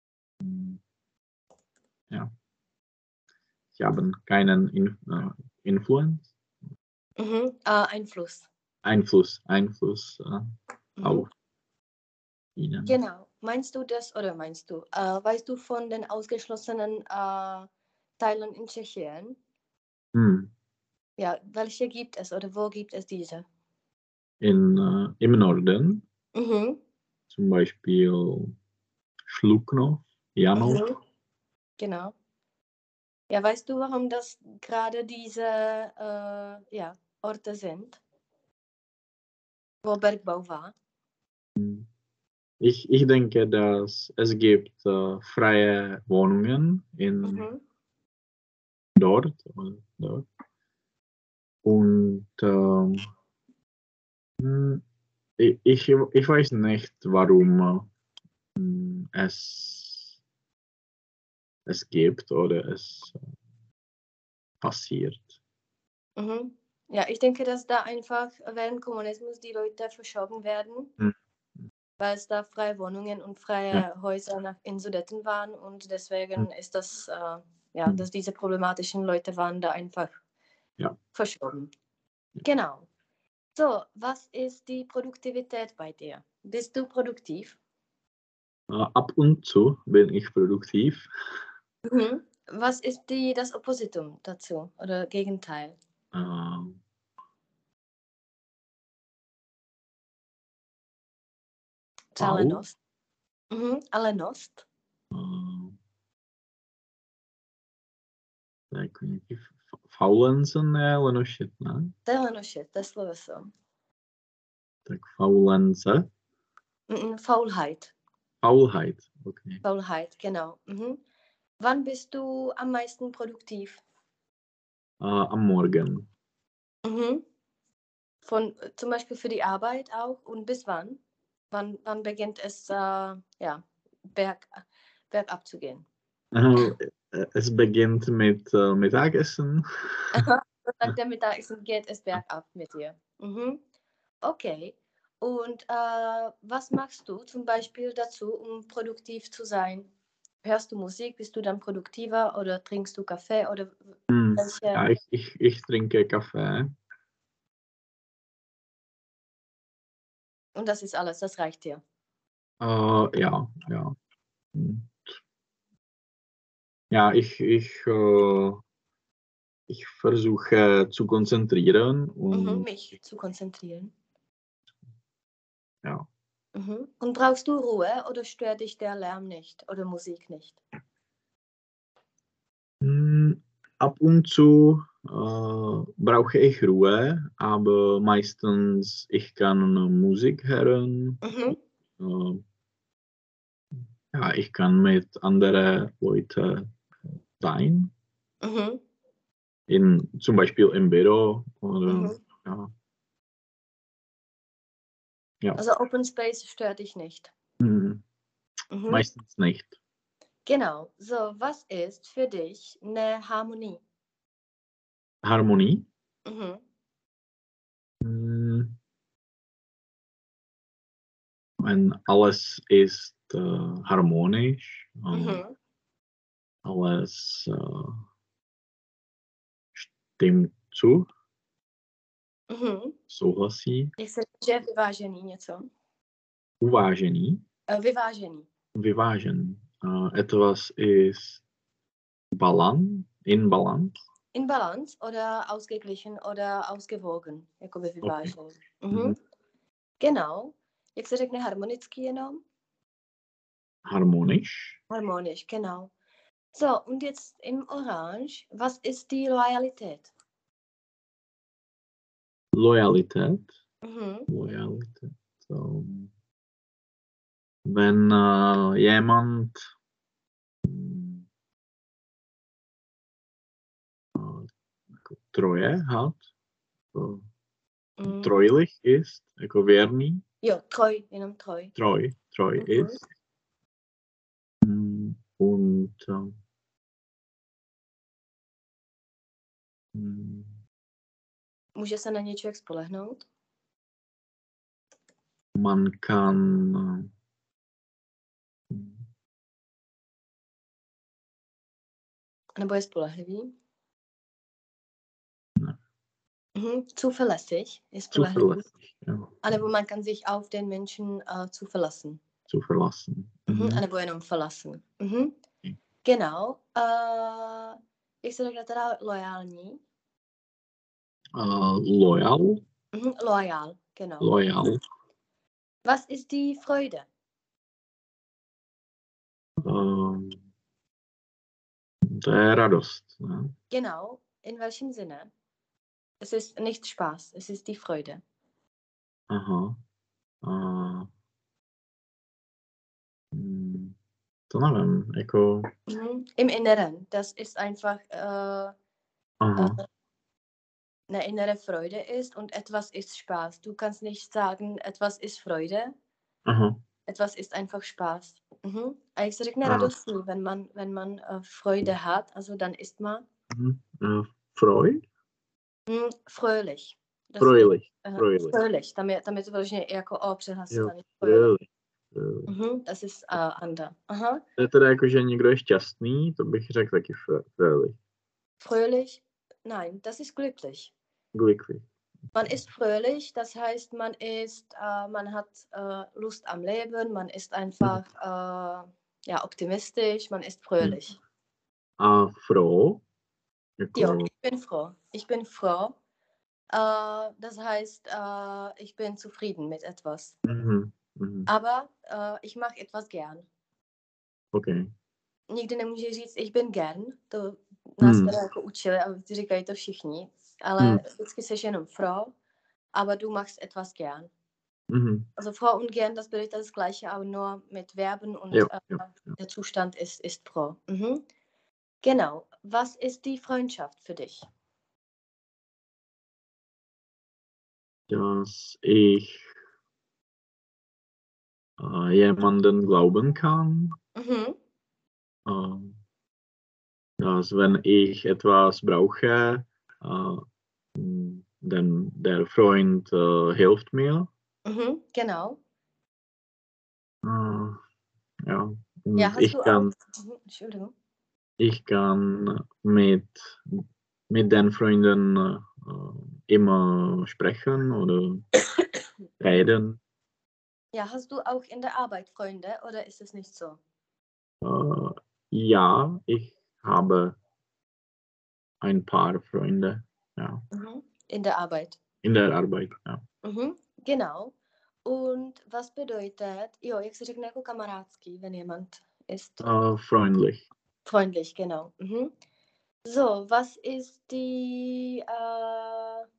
ja, sie haben keinen In äh, Influence. Mhm. Ah, Einfluss. Einfluss, Einfluss äh, Mhm. auf ihnen. Genau. Meinst du das, oder meinst du, äh, weißt du von den ausgeschlossenen äh, Teilen in Tschechien? Hm. Ja, welche gibt es oder wo gibt es diese? In, äh, im Norden, Mhm. zum Beispiel Schluknov, Janov. Mhm. Genau. Ja, weißt du, warum das gerade diese äh, ja, Orte sind, wo Bergbau war? Ich, ich denke, dass es gibt äh, freie Wohnungen in Mhm. dort, oder dort. Und ähm, ich, ich, ich weiß nicht, warum äh, es, es gibt oder es äh, passiert. Mhm. Ja, ich denke, dass da einfach während Kommunismus die Leute verschoben werden, Hm. weil es da freie Wohnungen und freie Ja. Häuser nach in Sudeten waren und deswegen Hm. ist das, äh, ja, Hm. dass diese problematischen Leute waren da einfach Ja. verschoben. Genau. So, was ist die Produktivität bei dir? Bist du produktiv? Äh, ab und zu bin ich produktiv. Mhm. Was ist die, das Oppositum dazu oder Gegenteil? Ähm, faul. Zelenost. Mhm. Alenost. Äh, tak nějaký faulenzen, ne, lenošit, ne? Zelenost, to je sloveso. Tak faulenze. Mhm. Faulheit. Faulheit, okay. Faulheit, genau. Mhm. Wann bist du am meisten produktiv? Äh, am Morgen. Mhm. Von, zum Beispiel für die Arbeit auch und bis wann? Wann, wann beginnt es äh, ja, berg, bergab zu gehen? Äh, es beginnt mit äh, Mittagessen. Nach dem Mittagessen geht es bergab mit dir. Mhm. Okay. Und äh, was machst du zum Beispiel dazu, um produktiv zu sein? Hörst du Musik? Bist du dann produktiver oder trinkst du Kaffee oder Hm. welche? Ja, ich, ich, ich trinke Kaffee. Und das ist alles, das reicht dir. Äh, ja, ja. Hm. Ja, ich, ich, äh, ich versuche zu konzentrieren Mhm, und mich zu konzentrieren. ja. Mhm. Und brauchst du Ruhe oder stört dich der Lärm nicht oder Musik nicht? Hm, ab und zu äh, brauche ich Ruhe, aber meistens ich kann Musik hören. Mhm. Äh, ja, ich kann mit anderen Leuten sein, Mhm. in, zum Beispiel im Büro oder Mhm. ja, ja. Also Open Space stört dich nicht. Hm, Mhm. meistens nicht. Genau. So, was ist für dich eine Harmonie? Harmonie. Mhm. Hm, wenn alles ist äh, harmonisch und Mhm. alles äh, stimmt zu, Mhm. souhlasí, Jak se říká vyvážený něco? uvážený, Uh, vyvážený. vyvážený. Äh, etwas ist Balance, in Balance. In Balance oder ausgeglichen oder ausgewogen, jakoby Okay. vyvážený. Mhm. Mhm. Genau. Jak se řekne harmonický jenom? Harmonisch. Harmonisch, genau. So, und jetzt im Orange, was ist die Loyalität? Loyalität. Mhm. Loyalität. Ähm, wenn äh, jemand mm, äh, Treue hat, so, Mhm. treulich ist, jako věrný, Jo, treu, jenom treu. treu, treu Mhm. ist. Mm, Und äh, mm, Může se na něj člověk spolehnout? man kann äh, Nebo je spolehlivý? ne, Mhm. Zuverlässig, je spolehlivý. zuverlässig, ja, Anebo man kann sich auf den Menschen uh, zu verlassen. zu verlassen. Mhm. Mhm. Anebo jenom verlassen. Mhm. Okay. Genau. Uh, jak se řekne teda loyální? Äh, loyal, Mhm. Loyal, genau. loyal. Was ist die Freude? Ähm, to je radost. Ne? Genau. In welchem Sinne? Es ist nicht Spaß, es ist die Freude. Aha. A, hm, to nevím, jako... Mhm. Im Inneren. Das ist einfach äh, Aha. äh, eine innere Freude ist und etwas ist Spaß. Du kannst nicht sagen, etwas ist Freude, Aha. etwas ist einfach Spaß. Mhm. A jak se řekne Ah. radostný, wenn man, wenn man uh, Freude hat, also dann ist man Mhm. Äh, Freud? hm, fröhlich. Das Fröhlich. ist uh, Fröhlich. fröhlich. Tam je, tam je to vyloženě jako O Jo, přehlasovaný. fröhlich. Fröhlich. Mhm. Das ist uh, Anda. Aha. To je teda jako, že někdo je šťastný, to bych řekl taky frö- fröhlich. Fröhlich? Nein, das ist glücklich. Glücklich. Man ist fröhlich, das heißt, man ist, äh, man hat äh, Lust am Leben, man ist einfach äh, ja, optimistisch, man ist fröhlich. A froh? Jako... Ja, ich bin froh. Ich bin froh. Äh, das heißt, äh, ich bin zufrieden mit etwas. Mhm. Mhm. Aber äh, ich mache etwas gern. Okay. Nikdy nemůžeš říct, ich bin gern, to nás Hmm. teda jako učili a říkají to všichni, ale Hmm. vždycky jsi jenom froh, aber du machst etwas gern. Mhm. Also froh und gern, das bedeutet das Gleiche, aber nur mit Verben und Ja, äh, ja, ja. der Zustand ist, ist froh. Mhm. Genau. Was ist die Freundschaft für dich? Dass ich äh, jemanden glauben kann, Mhm. äh, dass wenn ich etwas brauche, äh, dann der Freund äh, hilft mir. Mhm. Genau. Äh, ja, und Ja, hast ich du kann, auch. Mhm. Entschuldigung. ich kann mit, mit den Freunden äh, immer sprechen oder reden. Ja, hast du auch in der Arbeit Freunde oder ist es nicht so? Äh, ja, ich habe ein paar Freunde, ja. Mhm. In der Arbeit. In der Arbeit, ja. Mhm. Genau. Und was bedeutet, jo, jak se řekne jako kamarádský, wenn jemand ist? Uh, freundlich. Freundlich, genau. Mhm. So, was ist die, äh,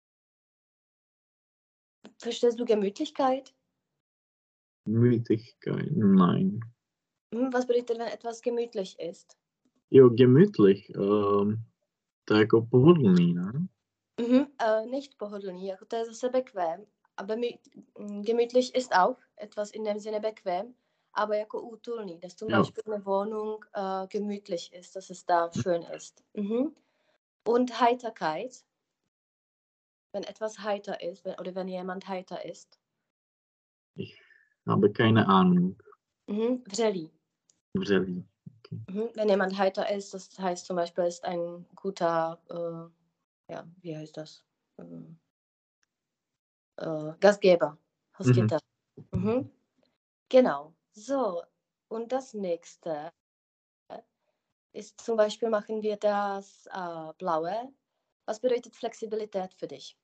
verstehst du Gemütlichkeit? Gemütlichkeit, nein. Mhm. Was bedeutet, wenn etwas gemütlich ist? Jo, gemütlich, um, to je jako pohodlný, ne? Mhm. Äh, nicht pohodlný, jako to je zase bequem. A bemü- m, gemütlich ist auch etwas in dem Sinne bequem, aber jako útulný, dass zum Ja. Beispiel eine Wohnung äh, gemütlich ist, dass es da schön ist. Mhm. Und Heiterkeit, wenn etwas heiter ist, wenn, oder wenn jemand heiter ist. Ich habe keine Ahnung. Mhm. Vřelý. Vřelý. Okay. Mhm. Wenn jemand heiter ist, das heißt zum Beispiel, ist ein guter, äh, ja, wie heißt das? Ähm, äh, Gastgeber. Hostitel. Mhm. Mhm. Genau. So, und das nächste ist zum Beispiel, machen wir das äh, Blaue. Was bedeutet Flexibilität für dich?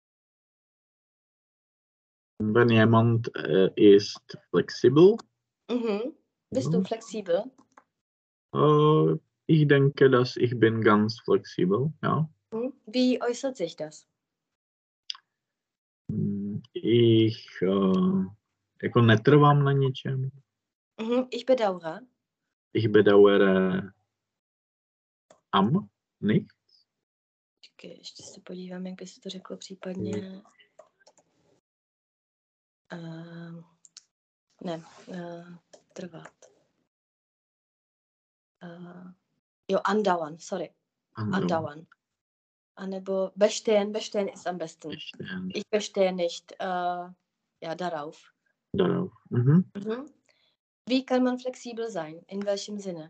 Wenn jemand äh, ist flexibel, Mhm. Bist du ja, flexibel? äh, ich denke, dass ich bin ganz flexibel, ja. Mhm. Wie äußert sich das? Mm, Ich äh, jako netrvám na ničem. Mhm. Ich bedauere. Ich bedauere am nicht. Počkej, ještě se podívám, jak by se to řeklo případně. Uh, ne, uh, trvat. Uh, jo, andauern, sorry. Andauern. Andauern. A nebo bestehen, bestehen ist am besten. Bestehen. Ich bestehe nicht uh, ja, darauf. Darauf. Mhm. Mhm. Wie kann man flexibel sein? In welchem Sinne?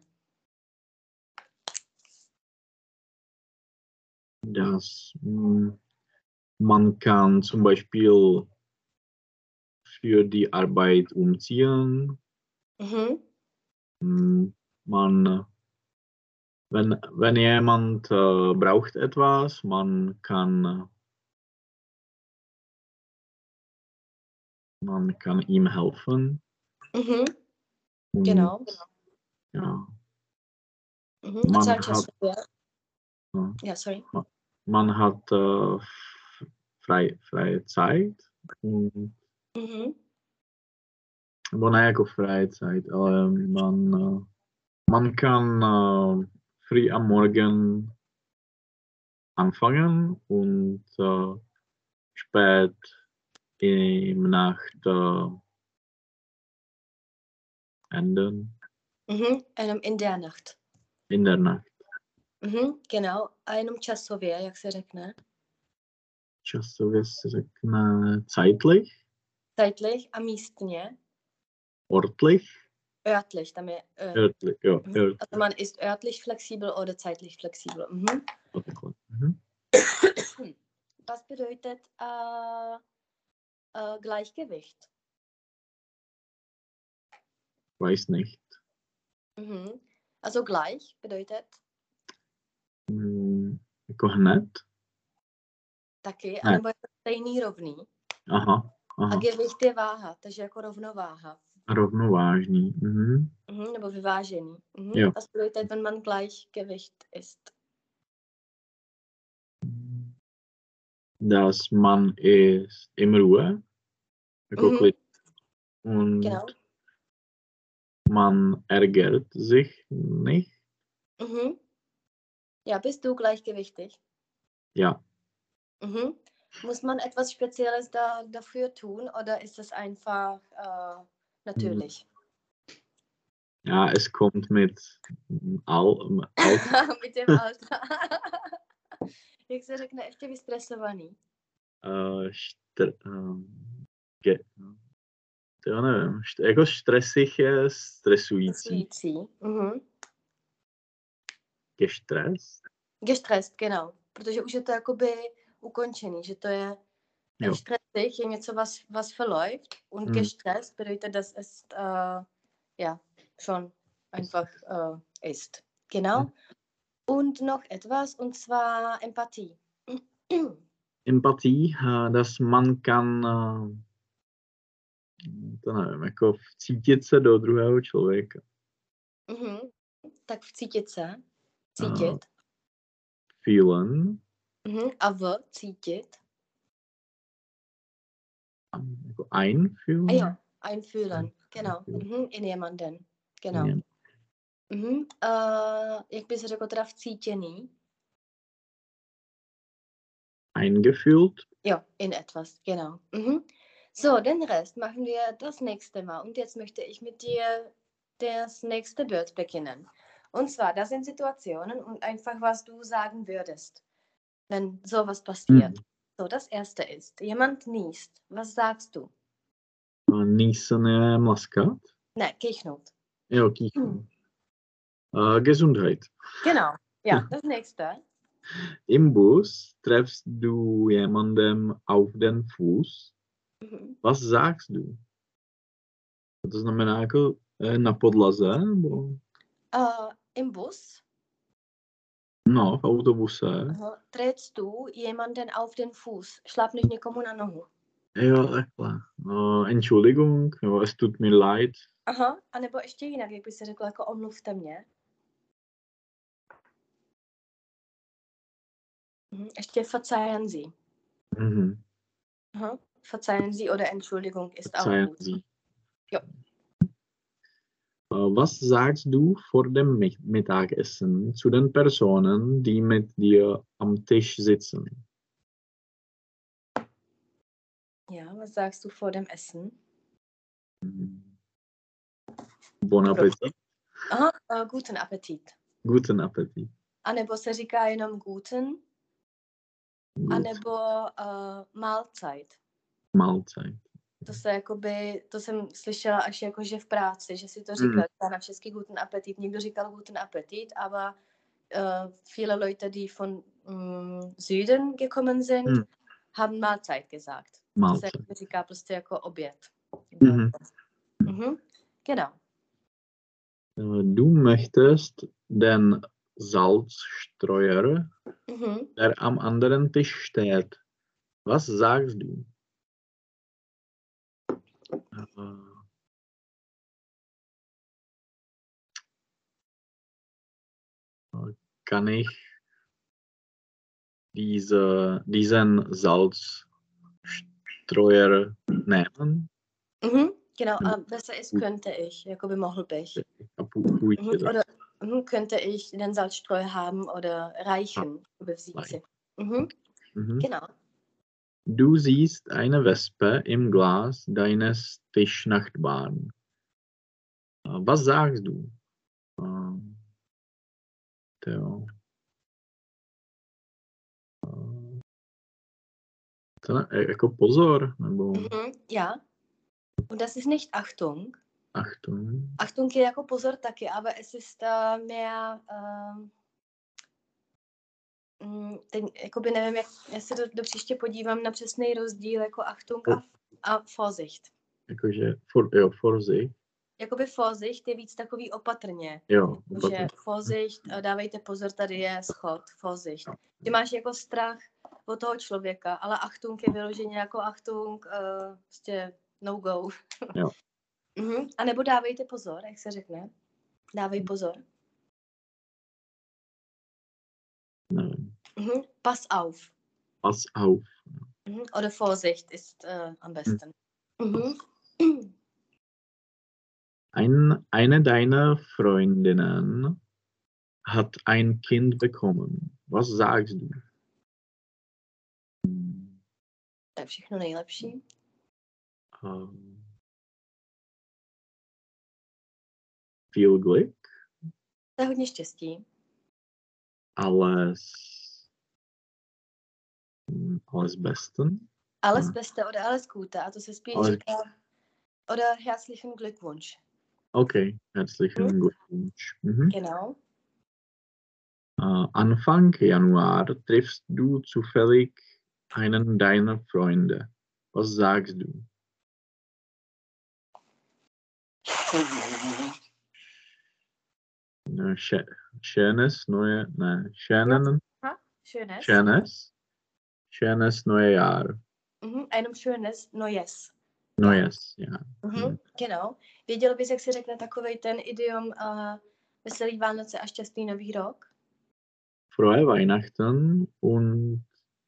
Dass mm, man kann zum Beispiel für die Arbeit umziehen. Mhm. Mm, Man, wenn, wenn jemand äh, braucht etwas, man kann, man kann ihm helfen. Mhm. Und, Genau. Ja, Mhm. man Erzähl hat, ja. ja, sorry. man hat äh, frei, freie Zeit. Und, Mhm. aber ne jako freie Zeit, ale man, äh, man kann äh, früh am Morgen anfangen und äh, spät im Nacht äh, enden. Mhm. Einem in der Nacht. In der Nacht. Mhm. Genau. Einem časově, jak se řekne? Časově se řekne zeitlich. Zeitlich a místně. Ortlich. Örtlich, tam je Ör. Örtlich, jo. Mhm. Örtlich. Also man ist örtlich flexibel oder zeitlich flexibel. Mhm. Mhm. Was bedeutet äh, äh, Gleichgewicht? Weiß nicht. Mhm. Also gleich bedeutet? Mm, jako hned. Taky, Ne. anebo je to stejný rovný. Aha, aha. A gewicht je váha, takže jako rovnováha. Rovnovážný. Mhm. Mhm, nebo vyvážený. Mhm. Jo. Was bedeutet, wenn man Gleichgewicht ist? Dass man ist im Ruhe. Jako Mhm. klid. Und Genau. man ärgert sich nicht. Mhm. Ja, bist du gleichgewichtig? Ja. Mhm. Muss man etwas Spezielles da, dafür tun oder ist es einfach äh, natürlich? Ja, es kommt mit Al Alter. Mit dem Alter. Jak se řekne ještě vystresovaný? Uh, štr, um, ge, to já nevím, št, jako stresich je stresující. Stresující. Mhm. Gestres? Gestresst, genau. Protože už je to jakoby ukončený, že to je Jo. stressig, je něco, was, was verläuft und Mhm. gestresst bedeutet, dass es äh, ja, schon einfach äh, ist. Genau. Und noch etwas, und zwar Empathie. Empathie, dass man kann, to nevím, jako vcítit se do druhého člověka. Mhm. Tak vcítit se. Cítit. Uh, fühlen. Mhm. A v cítit. Jako einfühlen. A jo, einfühlen. Genau. Mhm. In jemanden. Genau. In Mhm. Uh, jak bys řekl teda vcítěný? Eingefühlt. Ja, in etwas, genau. Mhm. So, den Rest machen wir das nächste Mal. Und jetzt möchte ich mit dir das nächste Bild beginnen. Und zwar, das sind Situationen und einfach, was du sagen würdest, wenn sowas passiert. Mhm. So, das erste ist, jemand niest. Was sagst du? Niesen je mlaskat? Ne, kichnout. Jo, kichnout. Uh, Gesundheit. Genau. Ja, das nächste. Im Bus treffst du jemandem auf den Fuß. Mhm. Was sagst du? To znamená jako na podlaze? Nebo? Uh, Im Bus. No, v autobuse. Uh, trittst du jemanden auf den Fuß. Šlap nicht někomu na nohu. Jo, takhle. Uh, Entschuldigung, jo, es tut mir leid. Aha, anebo ještě jinak, jak by se řekl, jako omluvte mě. Mhm. Ještě verzeihen Sie. Mhm. Aha. Verzeihen Sie oder Entschuldigung ist Verzeihen auch gut. Sie. Jo. Uh, was sagst du vor dem Mittagessen zu den Personen, die mit dir am Tisch sitzen? Ja, was sagst du vor dem Essen? Bon Appetit. Aha, uh, guten Appetit. Guten Appetit. A nebo se říká jenom guten, Gut. anebo uh, Mahlzeit. Mahlzeit. To se jakoby, to jsem slyšela až jakože v práci, že si to říkal, mm. na český guten Appetit. Někdo říkal guten Appetit, aber uh, viele Leute, die von um, Süden gekommen sind, mm. haben Mahlzeit gesagt. Mahlzeit. To se říká prostě jako oběd. Mhm. Mhm. Genau. Du möchtest den Salzstreuer, mhm. der am anderen Tisch steht. Was sagst du? Kann ich diese, diesen Salzstreuer nehmen? Mhm, genau, äh, besser ist könnte ich, jakoby mohl bych. Mhm, oder mhm, könnte ich den Salzstreuer haben oder reichen, übersieht. Mhm, mhm. Genau. Du siehst eine Wespe im Glas deines Tischnachbarn. Was sagst du? Theo. To jako pozor, nebo... Mhm, ja. Und das ist nicht Achtung. Achtung. Achtung je jako pozor taky, aber es ist uh, mehr... Uh, ten, jakoby nevím, jak, já se do, do příště podívám na přesný rozdíl jako Achtung a, a Vorsicht. Jakože, for, jo, Vorsicht. Jakoby Vorsicht je víc takový opatrně. Jo, opatrně. Že Vorsicht, dávejte pozor, tady je schod, Vorsicht. Ty máš jako strach od toho člověka, ale Achtung je vyloženě jako Achtung, uh, prostě no go. Jo. uh-huh. A nebo dávejte pozor, jak se řekne. Dávej pozor. Nevím. Uh-huh. Pass auf. Pass auf. Uh-huh. Oder Vorsicht ist uh, am besten. Hm. Uh-huh. Ein, eine deiner Freundinnen hat ein Kind bekommen. Was sagst du? To je všechno nejlepší. Um, viel Glück. To je hodně štěstí. Alles, alles Besten. Alles Beste oder alles Gute. A to se spíš alles... říká oder herzlichen Glückwunsch. Okay, herzlichen hm? Glückwunsch. Mhm. Genau. Uh, Anfang Januar triffst du zufällig einen deiner Freunde. Was sagst du? Äh, schö- schönes neue, nein, schönen, Ha? Schönes. schönes, schönes neue Jahr. Mhm. Einem schönes Neues. Neues, ja. Mhm. Hm. Genau. Věděl bys, jak se řekne takovej ten idiom uh, Veselý Vánoce a šťastný nový rok? Frohe Weihnachten und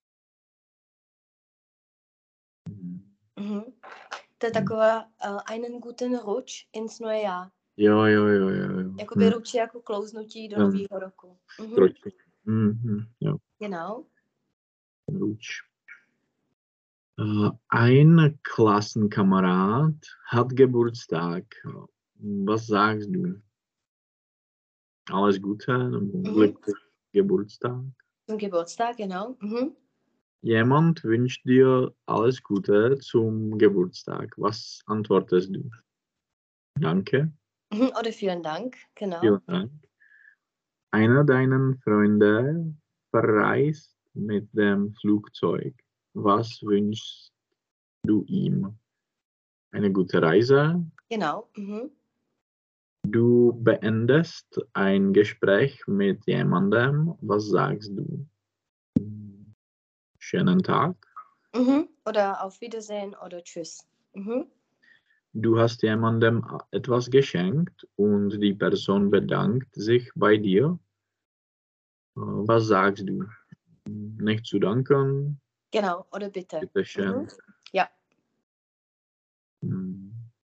Mhm. To je taková uh, einen guten Rutsch ins neue Jahr. jo, jo, jo, jo, jo. Jakoby Hm. ruč jako klouznutí do Hm. nového roku. Mhm. Trošku. Mhm, jo. Genau. Rutsch. Äh, ein Klassenkamerad hat Geburtstag. Was sagst du? Alles Gute, glücklichen Geburtstag. Zum Geburtstag, genau. Mhm. Jemand wünscht dir alles Gute zum Geburtstag. Was antwortest du? Danke. Mhm. Oder vielen Dank, genau. Vielen Dank. Einer deiner Freunde verreist mit dem Flugzeug. Was wünschst du ihm? Eine gute Reise. Genau. Mhm. Du beendest ein Gespräch mit jemandem. Was sagst du? Schönen Tag. Mhm. Oder auf Wiedersehen oder Tschüss. Mhm. Du hast jemandem etwas geschenkt und die Person bedankt sich bei dir. Was sagst du? Nicht zu danken. Genau, oder bitte. Bitte schön. Mhm. Ja. Hm.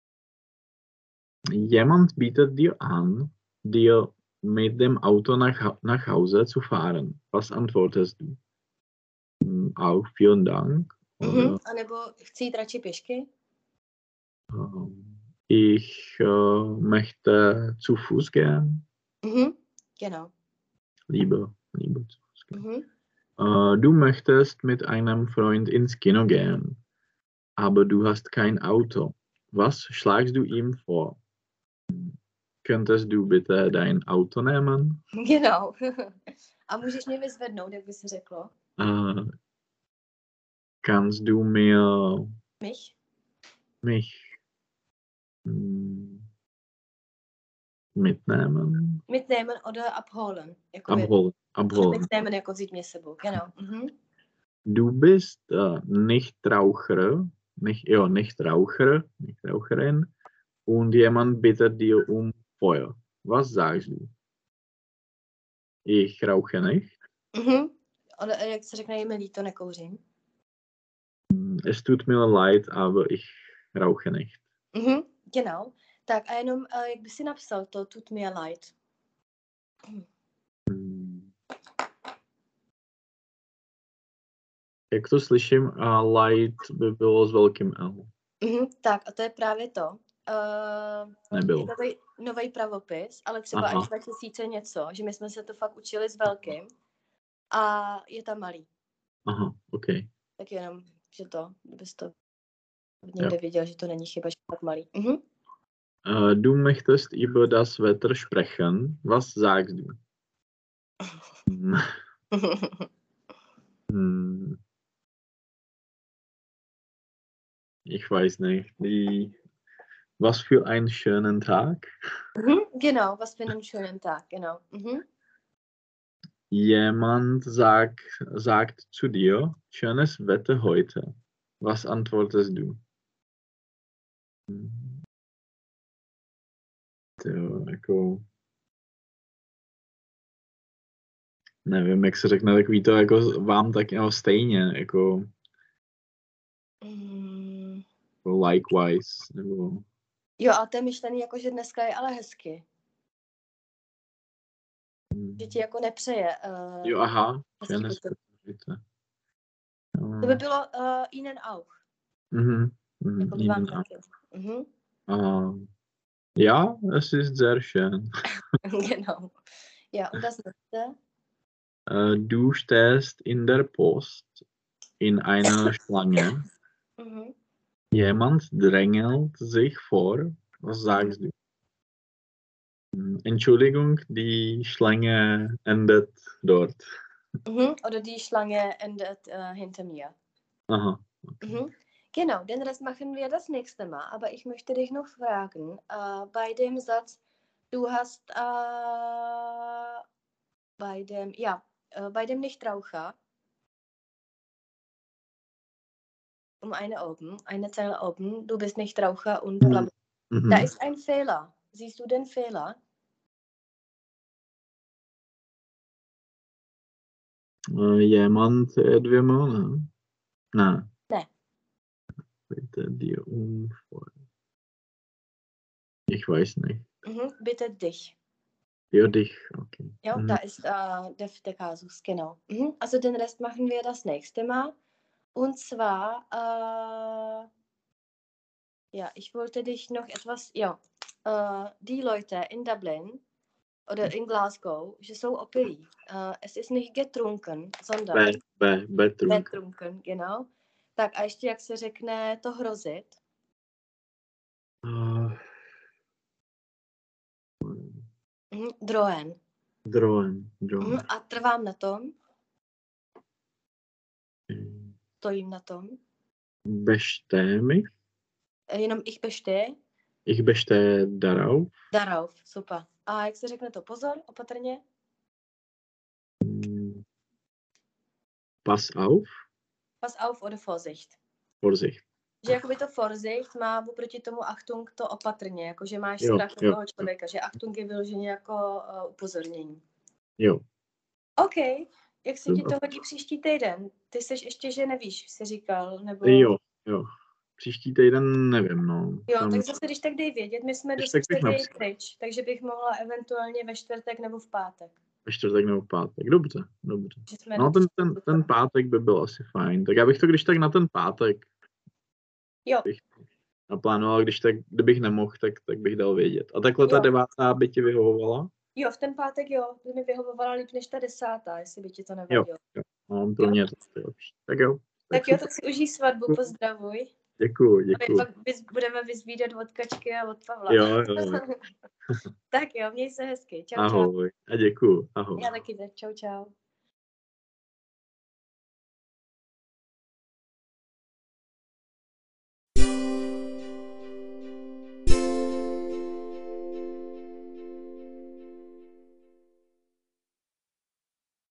Jemand bietet dir an, dir mit dem Auto nach, nach Hause zu fahren. Was antwortest du? Hm, Auch vielen Dank. Oder, Mhm. A nebo chci jít radši pěšky? ähm, ich äh, möchte zu Fuß gehen. Mhm. Genau. Lieber, lieber zu Fuß gehen. Mhm. Äh, du möchtest mit einem Freund ins Kino gehen, aber du hast kein Auto. Was schlägst du ihm vor? Könntest du bitte dein Auto nehmen? Genau. A můžeš mě vyzvednout, jak by se řeklo? Äh, kannst du mir Mich? mich hm, mitnehmen? Mitnehmen oder abholen. Jakoby, Abholen. Abholen. mitnehmen jako vzít mě sebou. Genau. Mhm. Du bist äh, nicht Raucher, nicht, ja, nicht Raucher, nicht Raucherin, und jemand bittet dir um Feuer. Was sagst du? Ich rauche nicht. Mhm. Oder jak se řekne, je mi líto, nekouřím. Es tut mir leid, aber ich rauche nicht. Mhm. Genau. Tak a jenom, uh, jak by si napsal to, tut mir leid. Hmm. Jak to slyším, a light by bylo s velkým L. Mhm. Tak a to je právě to. Uh, Nebylo. Je nový pravopis, ale třeba Aha. až dva tisíce něco, že my jsme se to fakt učili s velkým a je tam malý. Aha, ok. Tak jenom, že to, kdybys to Ja. někde viděl, že to není chyba, že je tak malý. Mhm. Uh, du möchtest über das Wetter sprechen. Was sagst du? Hm. Ich weiß nicht. Die, was für einen schönen Tag. Mhm. Genau, was für einen schönen Tag, genau. Mhm. Jemand sagt, sagt zu dir, schönes Wetter heute. Was antwortest du? Hm. To jako... Nevím, jak se řekne takový to jako vám tak jako stejně, jako, Mm. jako likewise, nebo... Jo, ale to je myšlený jako, že dneska je ale hezky. Hmm. Že ti jako nepřeje. Uh, Jo, aha, hezký schönes pocit. Wetter. To by bylo uh, Ihnen auch. Mhm. Mhm. Jako by vám Ihnen taky. Mhm. Uh, ja, es ist sehr schön. Genau. Ja, und das nächste? Uh, du stehst in der Post in einer Schlange. Mhm. Jemand drängelt sich vor. Was sagst du? Entschuldigung, die Schlange endet dort. Mhm. Oder die Schlange endet äh, hinter mir. Aha. Okay. Mhm. Genau, den Rest machen wir das nächste Mal. Aber ich möchte dich noch fragen, äh, bei dem Satz, Du hast äh, bei dem, ja, äh, bei dem Nichtraucher um eine oben, eine Zeile oben, du bist Nichtraucher und bla bla. Mhm. Da ist ein Fehler. Siehst du den Fehler? Äh, jemand äh, dvěma, ne? Ne. Ne. Bitte dir um. Ich weiß nicht. Mhm, bitte dich. Für dich, okay. Ja, Mhm. da ist äh, der, der Kasus, genau. Mhm. Also den Rest machen wir das nächste Mal. Und zwar, äh, ja, ich wollte dich noch etwas, ja, äh, die Leute in Dublin oder in Glasgow, že jsou opilí. Äh, es ist nicht getrunken, sondern Be, be, betrunk. betrunken, genau. Tak a ještě jak se řekne to hrozit? Uh, Mhm, droen. droen, droen. Mhm, a trvám na tom, stojím na tom. Bestehe Jenom ich bestehe. Ich bestehe darauf. Darauf, super. A jak se řekne to? Pozor, opatrně. Pass auf. Pass auf oder Vorsicht. Vorsicht. Že jakoby to Vorsicht má oproti tomu Achtung to opatrně, jakože máš Jo, strach jo, toho člověka, že Achtung je vyloženě jako uh, upozornění. Jo. OK, jak se ti Super. to hodí příští týden? Ty seš ještě, že nevíš, jsi říkal, nebo... Jo, jo. Příští týden nevím, no. Jo, Tam... tak zase, když tak dej vědět, my jsme do Když tak bych středy napsal. pryč, takže bych mohla eventuálně ve čtvrtek nebo v pátek. Ve čtvrtek nebo v pátek, dobře, dobře. Že jsme No do ten, ten, ten pátek by byl asi fajn, tak já bych to když tak na ten pátek Jo. bych naplánoval, když tak, kdybych nemohl, tak, tak bych dal vědět. A takhle ta Jo. devátá by ti vyhovovala? Jo, v ten pátek jo, by mi vyhovovala líp než ta desátá, jestli by ti to Jo, nevadilo. jo. No, pro mě je to asi lepší. Tak jo. Tak, Tak jo, super. tak si užij svatbu, pozdravuj. Děkuju, My děkuju. pak vyz, budeme vyzvídat od Kačky a od Pavla. Jo, jo. Tak jo, měj se hezky. Čau, čau. Ahoj. A děkuju. Ahoj. Já taky, čau, čau.